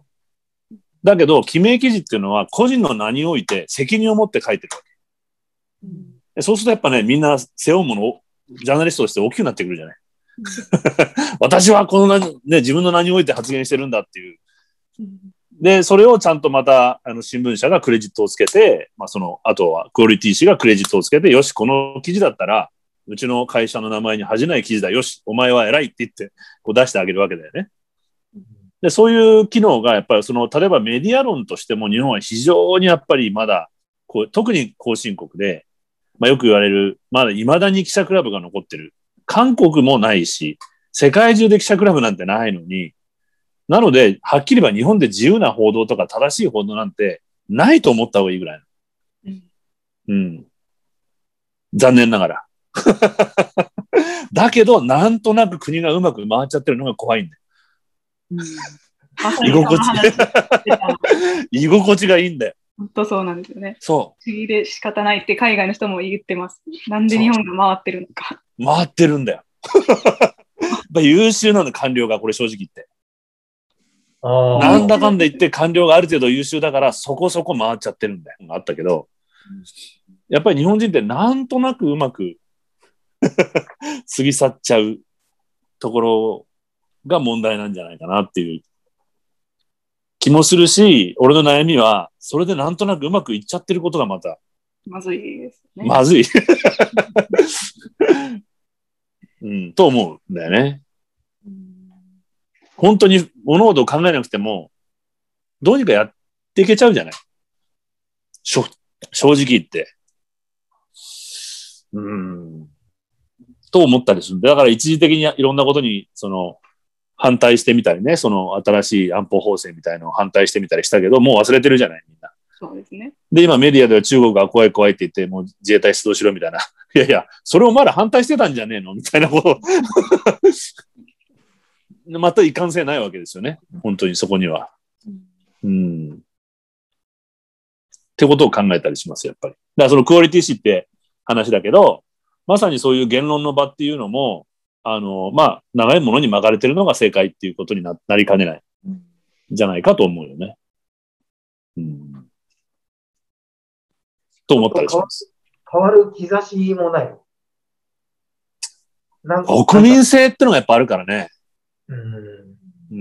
だけど、記名記事っていうのは個人の名において責任を持って書いてるわけ。うん、そうするとやっぱね、みんな背負うものをジャーナリストとして大きくなってくるじゃない。私はこの名、ね、自分の名において発言してるんだっていう。で、それをちゃんとまたあの新聞社がクレジットをつけて、まあ、そのあとはクオリティ誌がクレジットをつけて、よし、この記事だったら、うちの会社の名前に恥じない記事だ、よし、お前は偉いって言ってこう出してあげるわけだよね。で、そういう機能がやっぱりその、例えばメディア論としても日本は非常にやっぱりまだこう、特に後進国で、まあ、よく言われる、まだ未だに記者クラブが残ってる。韓国もないし、世界中で記者クラブなんてないのに、なので、はっきり言えば日本で自由な報道とか正しい報道なんてないと思った方がいいぐらい。うん。うん、残念ながら。だけど、なんとなく国がうまく回っちゃってるのが怖いんだよ。うん、居心地。居心地がいいんだよ。 本当そうなんですよね。 そう。 不思議で仕方ないって海外の人も言ってます。なんで日本が回ってるのか。 回ってるんだよ。 ぱ優秀なの官僚が、これ正直言って。 あなんだかんだ言って官僚がある程度優秀だからそこそこ回っちゃってるんだよ。あったけど、やっぱり日本人ってなんとなくうまく過ぎ去っちゃうところが問題なんじゃないかなっていう気もするし、俺の悩みはそれでなんとなくうまくいっちゃってることがまたまずいですね。 まずい、うん、と思うんだよね。本当に物事を考えなくてもどうにかやっていけちゃうじゃない。しょ正直言って。うーん。と思ったりするんで、だから一時的にいろんなことにその反対してみたりね、その新しい安保法制みたいなのを反対してみたりしたけど、もう忘れてるじゃない、みんな。 そうですね。で、 今メディアでは中国が怖い怖いって言って、もう自衛隊出動しろみたいな。いやいや、それをまだ反対してたんじゃねえのみたいなこと。また一貫性ないわけですよね。本当にそこには。うん。ってことを考えたりします、やっぱり。だからそのクオリティ視って話だけど、まさにそういう言論の場っていうのも、あの、まあ、長いものに巻かれてるのが正解っていうことに な, なりかねない。じゃないかと思うよね。うん。と思ったりします。 変わる兆しもない。 なんか国民性ってのがやっぱあるからね。 うん。 うん。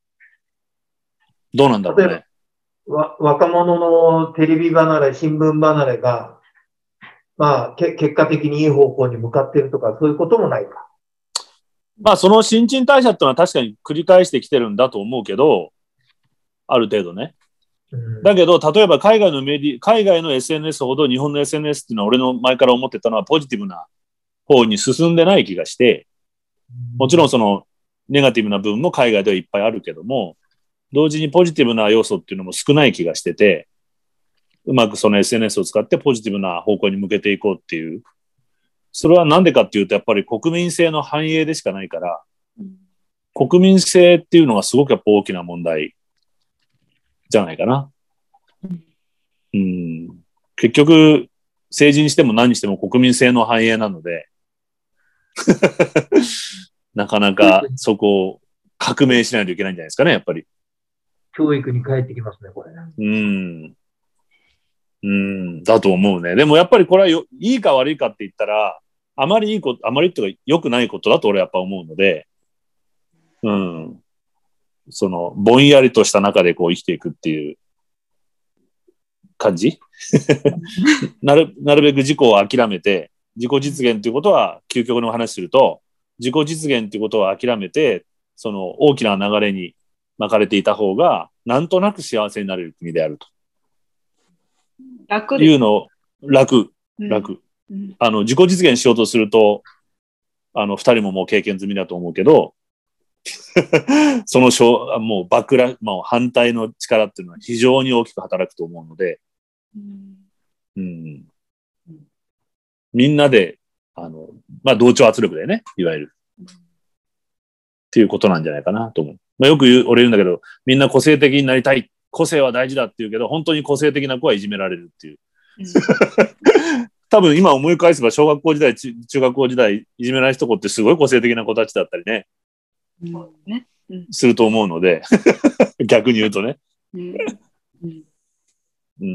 どうなんだろうね。 わ若者のテレビ離れ、新聞離れが、まあ、け結果的にいい方向に向かっているとか、そういうこともないか。 まあ、その新陳代謝ってのは確かに繰り返してきてるんだと思うけど、ある程度ね。うん、だけど、例えば海外のメディ、海外の エスエヌエス ほど日本の エスエヌエス っていうのは俺の前から思ってたのはポジティブな方に進んでない気がして、もちろんそのネガティブな部分も海外ではいっぱいあるけども、同時にポジティブな要素っていうのも少ない気がしてて、うまくその エスエヌエス を使ってポジティブな方向に向けていこうっていう。それはなんでかっていうと、やっぱり国民性の反映でしかないから、国民性っていうのがすごくやっぱ大きな問題じゃないかな。うん、結局、政治にしても何にしても国民性の反映なので、なかなかそこを革命しないといけないんじゃないですかね、やっぱり。 教育に帰ってきますね、これ。 うん。うん、だと思うね。でもやっぱりこれはよいいか悪いかって言ったら、あまりいいこと、あまりっていうか良くないことだと俺はやっぱ思うので、うん。その、ぼんやりとした中でこう生きていくっていう感じなる、なるべく自己を諦めて、自己実現ということは、究極の話すると、自己実現ということを諦めて、その大きな流れに巻かれていた方が、なんとなく幸せになれる国であると。 楽いうのを、楽、楽、うん。あの、自己実現しようとすると、あの、二人ももう経験済みだと思うけど、その小、もうバックラ、まあ、反対の力っていうのは非常に大きく働くと思うので、うんうん、みんなで、あの、まあ、同調圧力でね、いわゆる。っていうことなんじゃないかなと思う。まあ、よく言う、俺言うんだけど、みんな個性的になりたい。個性は大事だって言うけど、本当に個性的な子はいじめられるっていう。うん、多分今思い返せば小学校時代、中学校時代、いじめられた子ってすごい個性的な子たちだったりね。 うんねうん、 すると思うので、逆に言うとね、うんうん。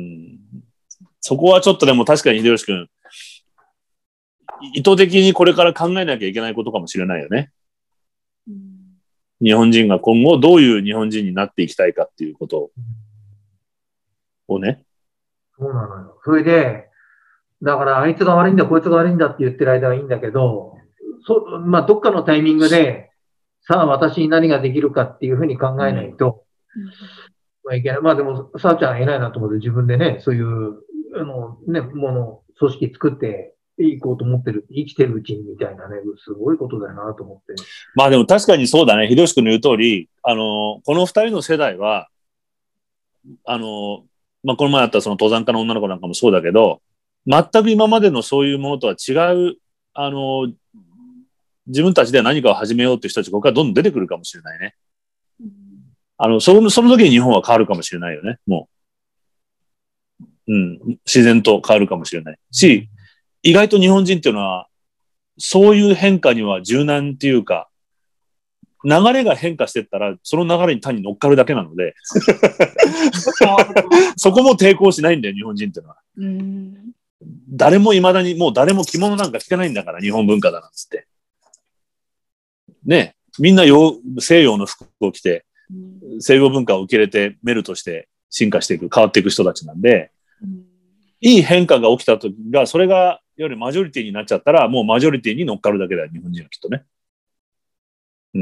そこはちょっとでも確かに秀吉君、意図的にこれから考えなきゃいけないことかもしれないよね。うん、日本人が今後どういう日本人になっていきたいかっていうことをね。 そうなのよ。それで、だからあいつが悪いんだ、こいつが悪いんだって言ってる間はいいんだけど、そまあ、どっかのタイミングで、さあ私に何ができるかっていうふうに考えないと、うんまあ、いけない。まあでも、さあちゃん偉いなと思って自分でね、そういう、あの、ね、もの、組織作っていこうと思ってる、生きてるうちにみたいなね、すごいことだよなと思って。 まあでも確かにそうだね。秀吉君の言う通り、あの、この二人の世代は、あの、まあこの前あったその登山家の女の子なんかもそうだけど、全く今までのそういうものとは違う、あの、自分たちで何かを始めようっていう人たちがここからどんどん出てくるかもしれないね。うん、あの、その、その時に日本は変わるかもしれないよね。もう。うん。自然と変わるかもしれないし、意外と日本人っていうのは、 そういう変化には柔軟っていうか、流れが変化していったら、その流れに単に乗っかるだけなので、そこも抵抗しないんだよ、日本人っていうのは。 うん、 誰も未だに、もう誰も着物なんか着てないんだから、日本文化だなんつって。ね、みんな洋西洋の服を着て、西洋文化を受け入れてメルとして進化していく、変わっていく人たちなんで、うん、いい変化が起きた時が、それがいわゆるマジョリティになっちゃったら、もうマジョリティに乗っかるだけだよ、日本人はきっとね。うん。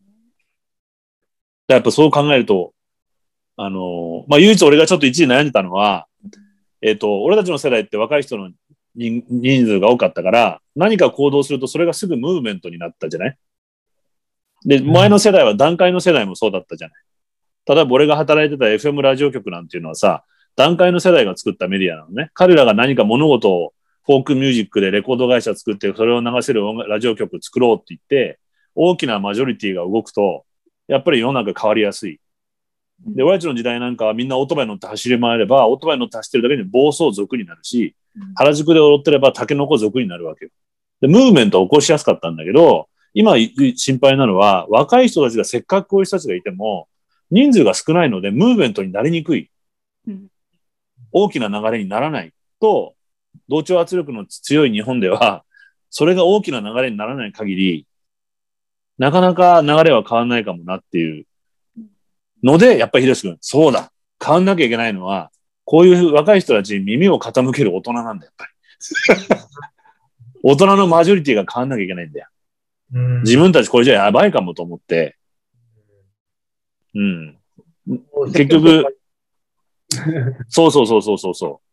やっぱそう考えると、あの、まあ、唯一俺がちょっと一時悩んでたのは、えっと、俺たちの世代って若い人の人数が多かったから、何か行動するとそれがすぐムーブメントになったじゃない？で、前の世代は段階の世代もそうだったじゃない。例えば俺が働いてた エフエム ラジオ局なんていうのはさ、段階の世代が作ったメディアなのね。彼らが何か物事をフォークミュージックでレコード会社作って、それを流せるラジオ局作ろうって言って、大きなマジョリティが動くと、やっぱり世の中変わりやすい。で、俺たちの時代なんかはみんなオートバイ乗って走り回れば、オートバイ乗って走ってるだけで暴走族になるし、原宿で踊ってればタケノコ族になるわけよ。で、ムーブメントを起こしやすかったんだけど、今心配なのは、若い人たちがせっかくこういう人たちがいても、人数が少ないので、ムーブメントになりにくい。大きな流れにならないと、同調圧力の強い日本では、それが大きな流れにならない限り、なかなか流れは変わらないかもなっていうので、やっぱりひろし君、そうだ、変わんなきゃいけないのは、こういう若い人たちに耳を傾ける大人なんだ、やっぱり。大人のマジョリティが変わんなきゃいけないんだよ。自分たちこれじゃやばいかもと思って、うん。結局、そうそうそうそうそうそう。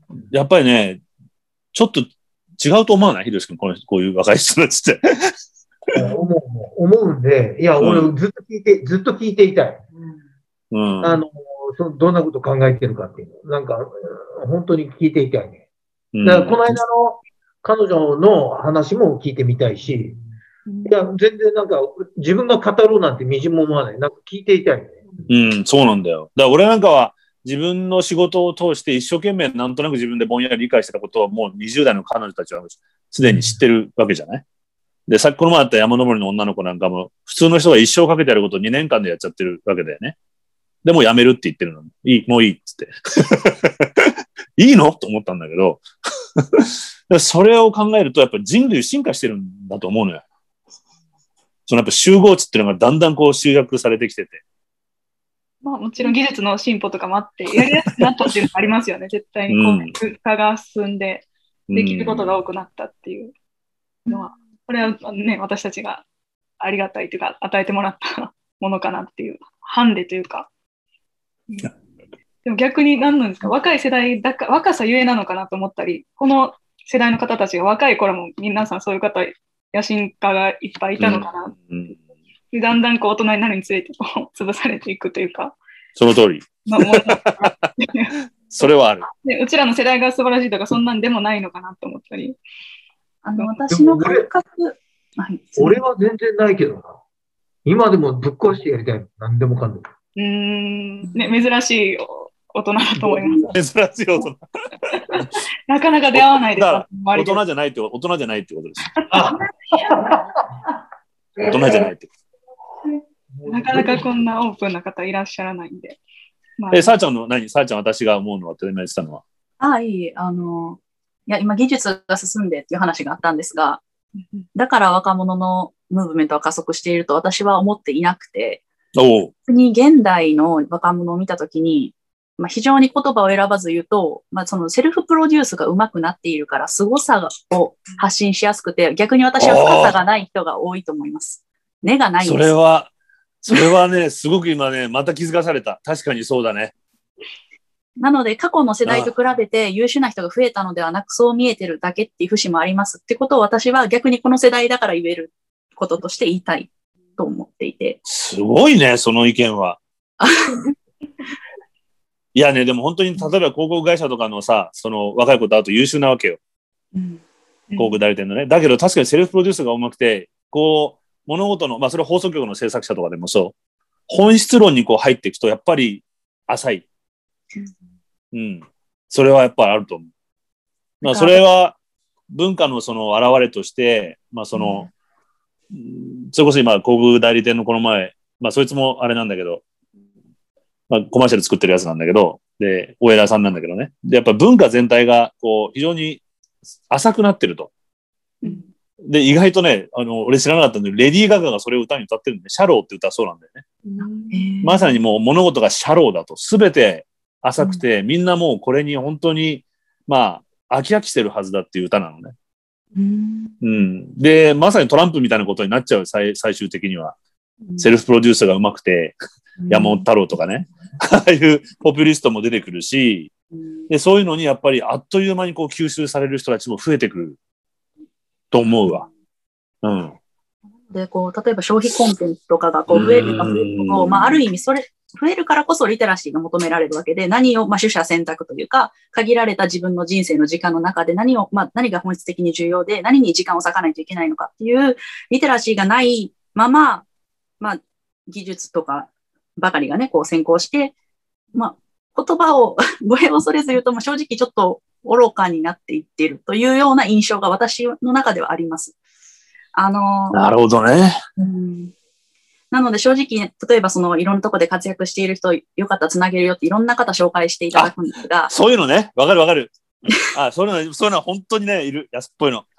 やっぱりね、ちょっと違うと思わない？ひろし君、このこういう若い人たちって。 思う、思うんで、いや、俺ずっと聞いて、ずっと聞いていたい。うん、あの、そどんなこと考えてるかっていうの。なんか、本当に聞いていたいね。だから、この間の彼女の話も聞いてみたいし、いや、全然なんか、自分が語ろうなんてみじんも思わない。なんか聞いていたいね。 うん、そうなんだよ。だから俺なんかは、自分の仕事を通して一生懸命なんとなく自分でぼんやり理解してたことをもうにじゅう代の彼女たちはすでに知ってるわけじゃない？で、さっきこの前あった山登りの女の子なんかも、普通の人が一生かけてやることをにねんかんでやっちゃってるわけだよね。でもやめるって言ってるのに、いい、もういいっつって。いいのと思ったんだけど、それを考えると、やっぱり人類進化してるんだと思うのよ。そのやっぱ集合値っていうのがだんだんこう集約されてきてて。 まあもちろん技術の進歩とかもあって、やりやすくなったっていうのもありますよね。絶対に高速化が進んで、できることが多くなったっていうのは。これはね、私たちがありがたいというか、与えてもらったものかなっていう、ハンデというか。でも逆に何なんですか、若い世代だか、若さゆえなのかなと思ったり、この世代の方たちが若い頃も皆さんそういう方、野心家がいっぱいいたのかな。うんうんでだんだんこう大人になるにつれてこう潰されていくというか。 その通り。まあ、それはあるで。うちらの世代が素晴らしいとか、そんなんでもないのかなと思ったり。 あの、私の感覚。 俺は全然ないけどな。今でもぶっ壊してやりたい。何でもかんでも。 うーん、ね、珍しい大人だと思います。 珍しい大人。 なかなか出会わないです。 大人じゃないって、大人じゃないってことです。大人じゃないってこと。 なかなかこんなオープンな方いらっしゃらないんで。 まあ、え、さあちゃんの何さあちゃん私が思うのはって今言ってたのはああ、いい。あの、いや、今技術が進んでっていう話があったんですが、だから若者のムーブメントは加速していると私は思っていなくて、 おに現代の若者を見たときに、まあ、非常に言葉を選ばず言うと、まあ、そのセルフプロデュースが上手くなっているから、凄さを発信しやすくて、逆に私は深さがない人が多いと思います。根がないです。 それは、それはね、すごく今ね、また気づかされた。確かにそうだね。 なので、過去の世代と比べて優秀な人が増えたのではなく、そう見えてるだけっていう節もありますってことを私は逆にこの世代だから言えることとして言いたいと思っていて。 すごいね、その意見は。いやね、でも本当に例えば広告会社とかのさ、その若い子と会うと優秀なわけよ。うん、広告代理店のね。だけど確かにセルフプロデュースが上手くて、こう、物事の、まあそれは放送局の制作者とかでもそう、本質論にこう入っていくとやっぱり浅い。うん。それはやっぱりあると思う。まあそれは文化のその表れとして、まあその、うん、それこそ今、航空代理店のこの前、まあそいつもあれなんだけど、まあコマーシャル作ってるやつなんだけど、で、大枝さんなんだけどね。で、やっぱ文化全体が、こう、非常に浅くなってると。うん、で、意外とね、あの、俺知らなかったんだけど、レディー・ガガがそれを歌に歌ってるんで、シャローって歌そうなんだよね。うん、まさにもう物事がシャローだと。すべて浅くて、うん、みんなもうこれに本当に、まあ、飽き飽きしてるはずだっていう歌なのね。うん。うん。で、まさにトランプみたいなことになっちゃう、最、最終的には。セルフプロデュースが上手くて、山本太郎とかね。ああいうポピュリストも出てくるし、で、そういうのにやっぱりあっという間にこう吸収される人たちも増えてくると思うわ。うん。 で、こう、例えば消費コンテンツとかがこう増えるか増えるほど、まあ、ある意味それ、増えるからこそリテラシーが求められるわけで、何を、まあ、取捨選択というか、限られた自分の人生の時間の中で何を、まあ、何が本質的に重要で、何に時間を割かないといけないのかっていう、リテラシーがないまま、まあ、技術とかばかりがね、こう先行して、まあ、言葉を語弊を恐れず言うと、まあ、正直ちょっと愚かになっていっているというような印象が私の中ではあります。あのー、 なるほどね。 うん、なので正直、ね、例えばそのいろんなところで活躍している人、よかったらつなげるよっていろんな方紹介していただくんですが。 そういうのね。わかるわかる。あ、そういうの、そういうのは本当にね、いる。安っぽいの。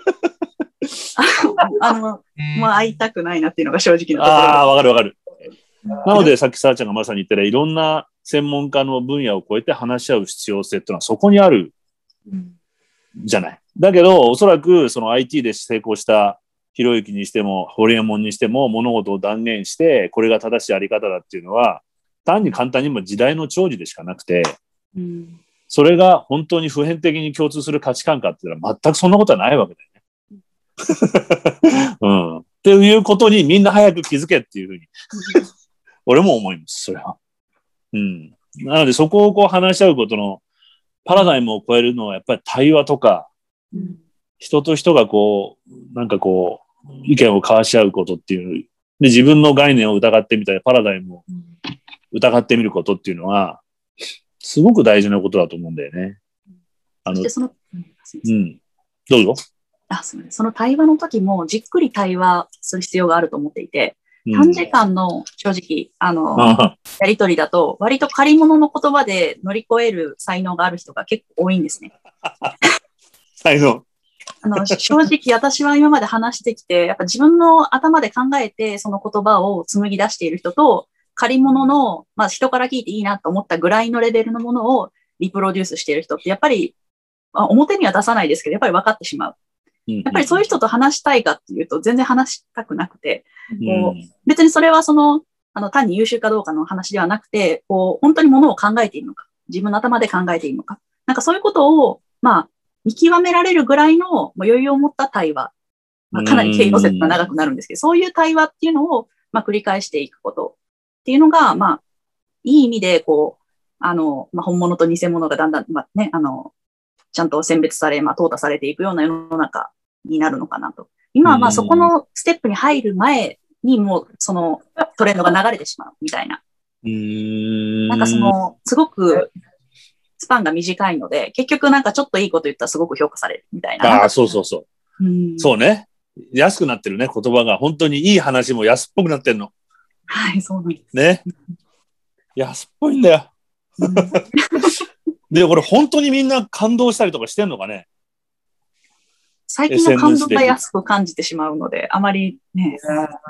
あの、まあ、会いたくないなっていうのが正直なところ。 ああ、わかるわかる。なので、さっきさあちゃんがまさに言ったら、いろんな専門家の分野を超えて話し合う必要性っていうのはそこにあるじゃない。だけど、おそらくその アイティー で成功したひろゆきにしても、ホリエモンにしても、物事を断言して、これが正しいあり方だっていうのは、単に簡単にも時代の寵児でしかなくて、うん、それが本当に普遍的に共通する価値観かっていうのは全くそんなことはないわけだよね。うん。っていうことにみんな早く気づけっていうふうに俺も思います、それは。うん。なのでそこをこう話し合うことのパラダイムを超えるのはやっぱり対話とか、うん、人と人がこう、なんかこう、意見を交わし合うことっていう、で、自分の概念を疑ってみたり、パラダイムを疑ってみることっていうのは、すごく大事なことだと思うんだよね。 あの、そしてその、 うん。どうぞ。 あ、そうです。その対話の時もじっくり対話する必要があると思っていて、短時間の正直、あの、あやりとりだと、割と借り物の言葉で乗り越える才能がある人が結構多いんですね。 才能。 あの、正直私は今まで話してきて、やっぱ自分の頭で考えてその言葉を紡ぎ出している人と、借り物の、まあ人から聞いていいなと思ったぐらいのレベルのものをリプロデュースしている人って、やっぱり、まあ、表には出さないですけど、やっぱり分かってしまう。やっぱりそういう人と話したいかっていうと全然話したくなくて、こう別にそれはその、あの単に優秀かどうかの話ではなくて、こう本当にものを考えているのか、自分の頭で考えているのか、なんかそういうことを、まあ、見極められるぐらいの余裕を持った対話、まあ、かなり形容説が長くなるんですけど、そういう対話っていうのを、まあ、繰り返していくことっていうのが、まあ、いい意味で、こう、あの、まあ、本物と偽物がだんだん、まあね、あの、ちゃんと選別され、まあ、淘汰されていくような世の中になるのかなと。今はまあそこのステップに入る前にもうそのトレンドが流れてしまうみたいな。 うーんなんかそのすごくスパンが短いので、結局なんかちょっといいこと言ったらすごく評価されるみたいな。 ああ、そうそうそう。うんそうね。安くなってるね、言葉が。本当にいい話も安っぽくなってるの。 はい、そうなんです。 ね。安っぽいんだよ。うん、で、これ本当にみんな感動したりとかしてんのかね。 最近の感動が安く感じてしまうので、あまりね。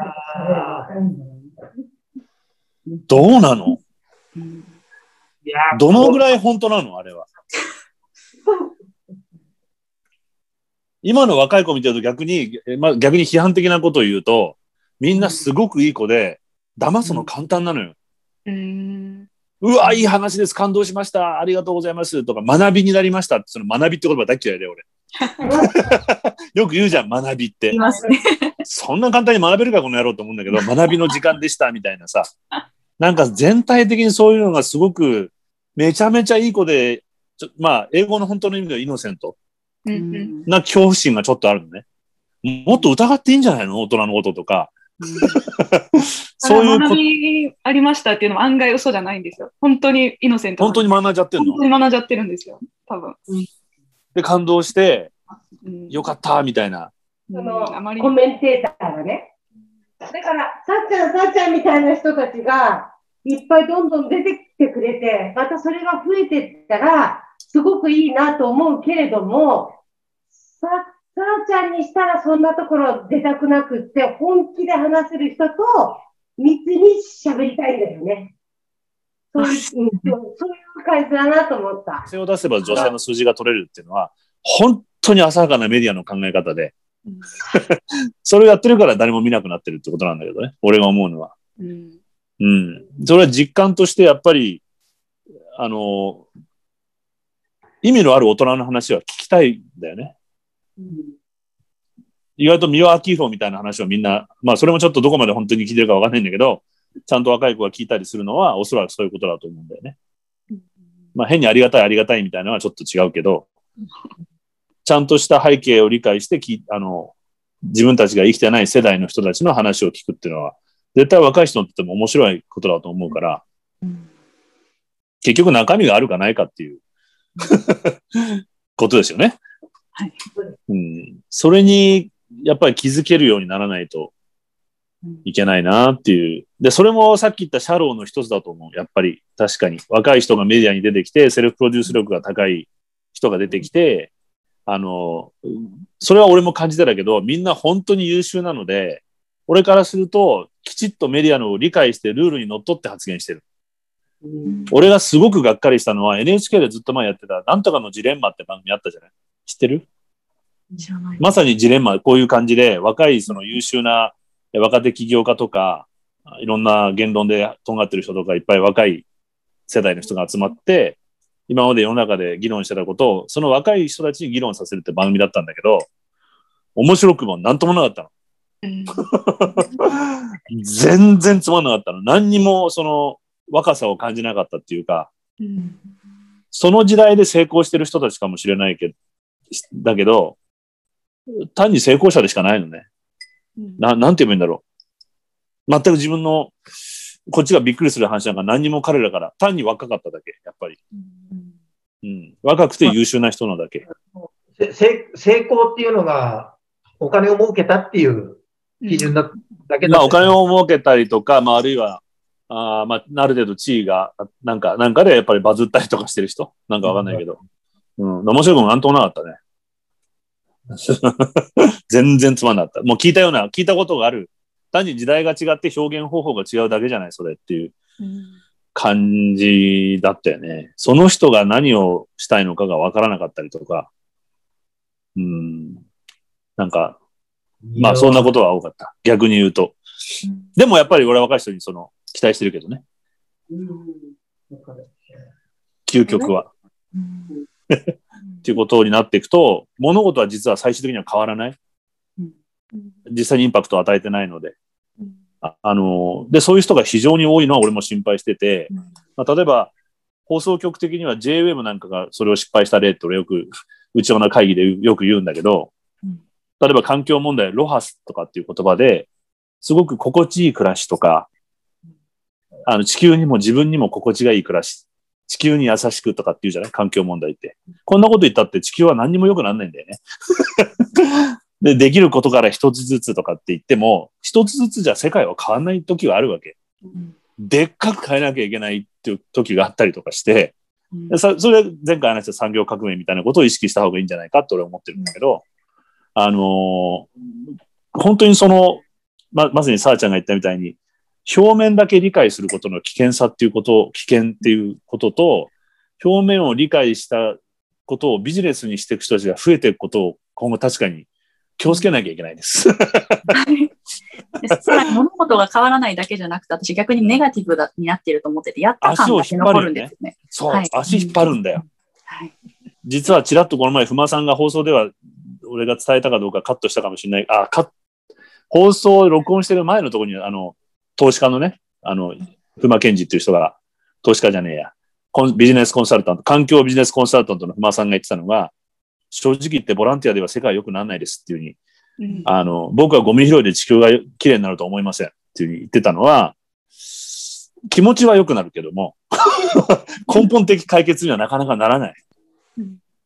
どうなの、うん、どのぐらい本当なのあれは。今の若い子見てると逆に、まあ、逆に批判的なことを言うと、みんなすごくいい子で、騙すの簡単なのよ。うん、うわ、いい話です。感動しました。ありがとうございます。とか、学びになりましたって、その学びって言葉大嫌いで、俺。よく言うじゃん、学びって。 言いますね。 そんな簡単に学べるかこの野郎と思うんだけど、学びの時間でしたみたいなさ。なんか全体的にそういうのがすごくめちゃめちゃいい子で、ちょまあ英語の本当の意味ではイノセントな恐怖心がちょっとあるのね。もっと疑っていいんじゃないの大人のこととか。 そういう学びありましたっていうのも案外嘘じゃないんですよ。本当にイノセント。 本当に学んじゃってるの？ 本当に学んじゃってるんですよ。多分。 で感動して、 よかったみたいな。 そのコメンテーターがね。だから、さっちゃん、さっちゃんみたいな人たちが、いっぱいどんどん出てきてくれて、またそれが増えていったら、すごくいいなと思うけれども、さ、さあちゃんにしたらそんなところ出たくなくって、本気で話せる人と密に喋りたいんだよね。そういう、うん、そういう感じだなと思った。 手を出せば女性の数字が取れるっていうのは、本当に浅はかなメディアの考え方で、それをやってるから誰も見なくなってるってことなんだけどね、俺が思うのは。うん。うん。それは実感としてやっぱり、あの、意味のある大人の話は聞きたいんだよね。うん、意外と三輪明宏みたいな話をみんな、まあそれもちょっとどこまで本当に聞いてるかわかんないんだけど、ちゃんと若い子が聞いたりするのはおそらくそういうことだと思うんだよね。まあ変にありがたいありがたいみたいなのはちょっと違うけど、ちゃんとした背景を理解してき、あの、自分たちが生きてない世代の人たちの話を聞くっていうのは、絶対若い人にとっても面白いことだと思うから、結局中身があるかないかっていうことですよね。はい。うん。それに、やっぱり気づけるようにならないといけないなっていう。で、それもさっき言ったシャローの一つだと思う。やっぱり、確かに。若い人がメディアに出てきて、セルフプロデュース力が高い人が出てきて、あの、それは俺も感じてたけど、みんな本当に優秀なので、俺からすると、きちっとメディアのを理解してルールにのっとって発言してる。うん、俺がすごくがっかりしたのは エヌエイチケー でずっと前やってたなんとかのジレンマって番組あったじゃない？知ってる？ 知らない。 まさにジレンマ、こういう感じで若いその優秀な若手起業家とかいろんな言論でとんがってる人とかいっぱい若い世代の人が集まって今まで世の中で議論してたことをその若い人たちに議論させるって番組だったんだけど面白くもなんともなかったの。うん、全然つまんなかったの。何にもその若さを感じなかったっていうか、うん、その時代で成功してる人たちかもしれないけど、だけど、単に成功者でしかないのね。うん、な、なんて言えばいいんだろう。全く自分の、こっちがびっくりする話なんか何にも彼らから単に若かっただけ、やっぱり。うんうん、若くて優秀な人なだけ。 成功っていうのがお金を儲けたっていう基準だけだ、ね。 まあお金を儲けたりとか、まああるいは、あまあ、ある程度地位が、なんか、なんかでやっぱりバズったりとかしてる人なんかわかんないけど。うん。面白いことなんともなかったね。全然つまんなかった。もう聞いたような、聞いたことがある。単に時代が違って表現方法が違うだけじゃない、それっていう感じだったよね。その人が何をしたいのかがわからなかったりとか。うん。なんか、まあそんなことは多かった。逆に言うと。でもやっぱり俺は若い人にその、期待してるけどね。うん、究極は。っていうことになっていくと、物事は実は最終的には変わらない。実際にインパクトを与えてないので。あ、あの、で、そういう人が非常に多いのは俺も心配してて、まあ、例えば、放送局的には ジェイウェーブ なんかがそれを失敗した例って俺よく、うちような会議でよく言うんだけど、例えば環境問題、ロハスとかっていう言葉で、すごく心地いい暮らしとか、あの、地球にも自分にも心地がいい暮らし。地球に優しくとかって言うじゃない？環境問題って。こんなこと言ったって地球は何にも良くならないんだよね。で、できることから一つずつとかって言っても、一つずつじゃ世界は変わんない時があるわけ。でっかく変えなきゃいけないっていう時があったりとかして、それ前回話した産業革命みたいなことを意識した方がいいんじゃないかって俺は思ってるんだけど、あのー、本当にその、ま、まさにさあちゃんが言ったみたいに、表面だけ理解することの危険さっていうこと、危険っていうことと、表面を理解したことをビジネスにしていく人たちが増えていくことを今後確かに気をつけなきゃいけないです。 さらに物事が変わらないだけじゃなくて、私逆にネガティブだになっていると思ってて、やった感だけ残るんですよね。 そう、はい、足引っ張るんだよ。はい、実はちらっとこの前、ふまさんが放送では、俺が伝えたかどうかカットしたかもしれない。あ、カッ放送を録音してる前のところに、あの、投資家のね、あの、ふまけんじっていう人が、投資家じゃねえや、ビジネスコンサルタント、環境ビジネスコンサルタントのふまさんが言ってたのが、正直言ってボランティアでは世界良くならないですっていうふうに、うん、あの、僕はゴミ拾いで地球がきれいになると思いませんっていうふうに言ってたのは、気持ちは良くなるけども、根本的解決にはなかなかならない。うん、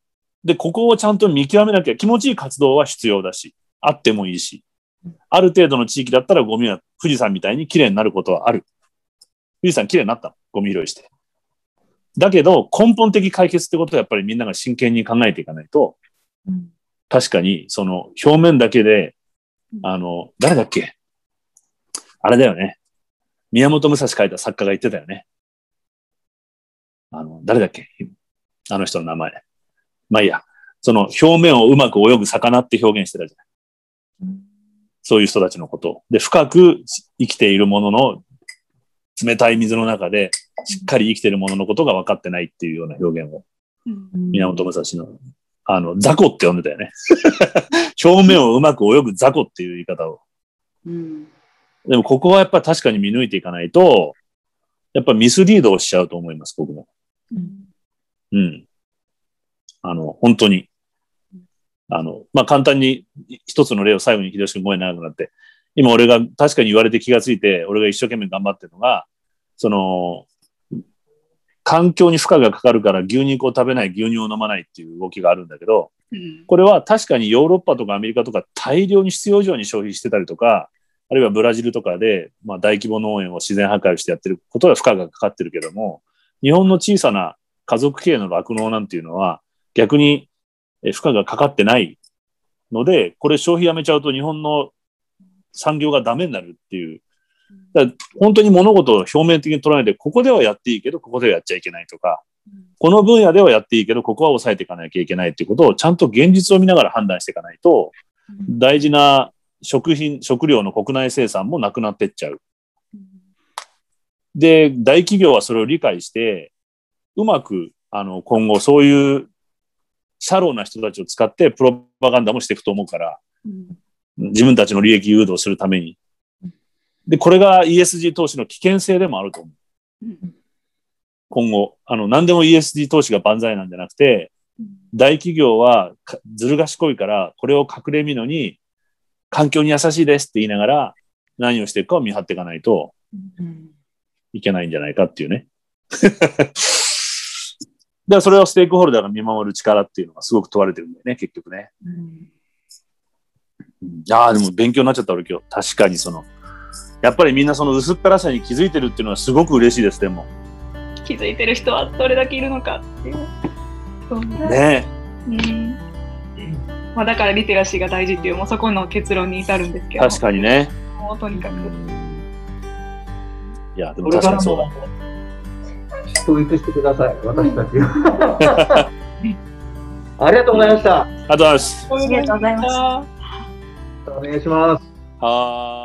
で、ここをちゃんと見極めなきゃ、気持ちいい活動は必要だし、あってもいいし、ある程度の地域だったらゴミは富士山みたいに綺麗になることはある。富士山綺麗になったの。ゴミ拾いして。だけど、根本的解決ってことはやっぱりみんなが真剣に考えていかないと、うん、確かにその表面だけで、あの、誰だっけあれだよね。宮本武蔵書いた作家が言ってたよね。あの、誰だっけあの人の名前。まあいいや。その表面をうまく泳ぐ魚って表現してたじゃない。うん、そういう人たちのことを。で、深く生きているものの冷たい水の中でしっかり生きているもののことが分かってないっていうような表現を、うん、宮本武蔵の、あの、雑魚って呼んでたよね。表面をうまく泳ぐ雑魚っていう言い方を。うん、でもここはやっぱり確かに見抜いていかないと、やっぱミスリードをしちゃうと思います、僕も。うん。うん。あの、本当に。あの、まあ、簡単に一つの例を最後に秀吉君ごめん長くなって。今俺が確かに言われて気がついて、俺が一生懸命頑張ってるのが、その、環境に負荷がかかるから牛肉を食べない、牛乳を飲まないっていう動きがあるんだけど、うん、これは確かにヨーロッパとかアメリカとか大量に必要以上に消費してたりとか、あるいはブラジルとかで、まあ、大規模農園を自然破壊してやってることは負荷がかかってるけども、日本の小さな家族経営の酪農なんていうのは逆に負荷がかかってないので、これ消費やめちゃうと日本の産業がダメになるっていう。だから本当に物事を表面的に捉えて、ここではやっていいけど、ここではやっちゃいけないとか、この分野ではやっていいけど、ここは抑えていかなきゃいけないっていうことをちゃんと現実を見ながら判断していかないと、大事な食品、食料の国内生産もなくなってっちゃう。で、大企業はそれを理解して、うまく、あの、今後そういうシャローな人たちを使ってプロパガンダもしていくと思うから、自分たちの利益誘導するために。で、これが イーエスジー 投資の危険性でもあると思う。今後、あの、何でも イーエスジー 投資が万歳なんじゃなくて、大企業はずる賢いから、これを隠れみのに、環境に優しいですって言いながら、何をしていくかを見張っていかないといけないんじゃないかっていうね。だからそれをステークホルダーが見守る力っていうのがすごく問われてるんだよね、結局ね。うん、ああ、でも勉強になっちゃった俺今日。確かにその、やっぱりみんなその薄っぺらさに気づいてるっていうのはすごく嬉しいです、でも。 気づいてる人はどれだけいるのかっていう。そうねえ。うん。 まあだからリテラシーが大事っていう、もうそこの結論に至るんですけど。 確かにね。 もうとにかく。 いや、でも確かにそうだ。 教育してください、私たち。ありがとうございました。 ありがとうございます。 ありがとうございました。 お願いします。 はーい。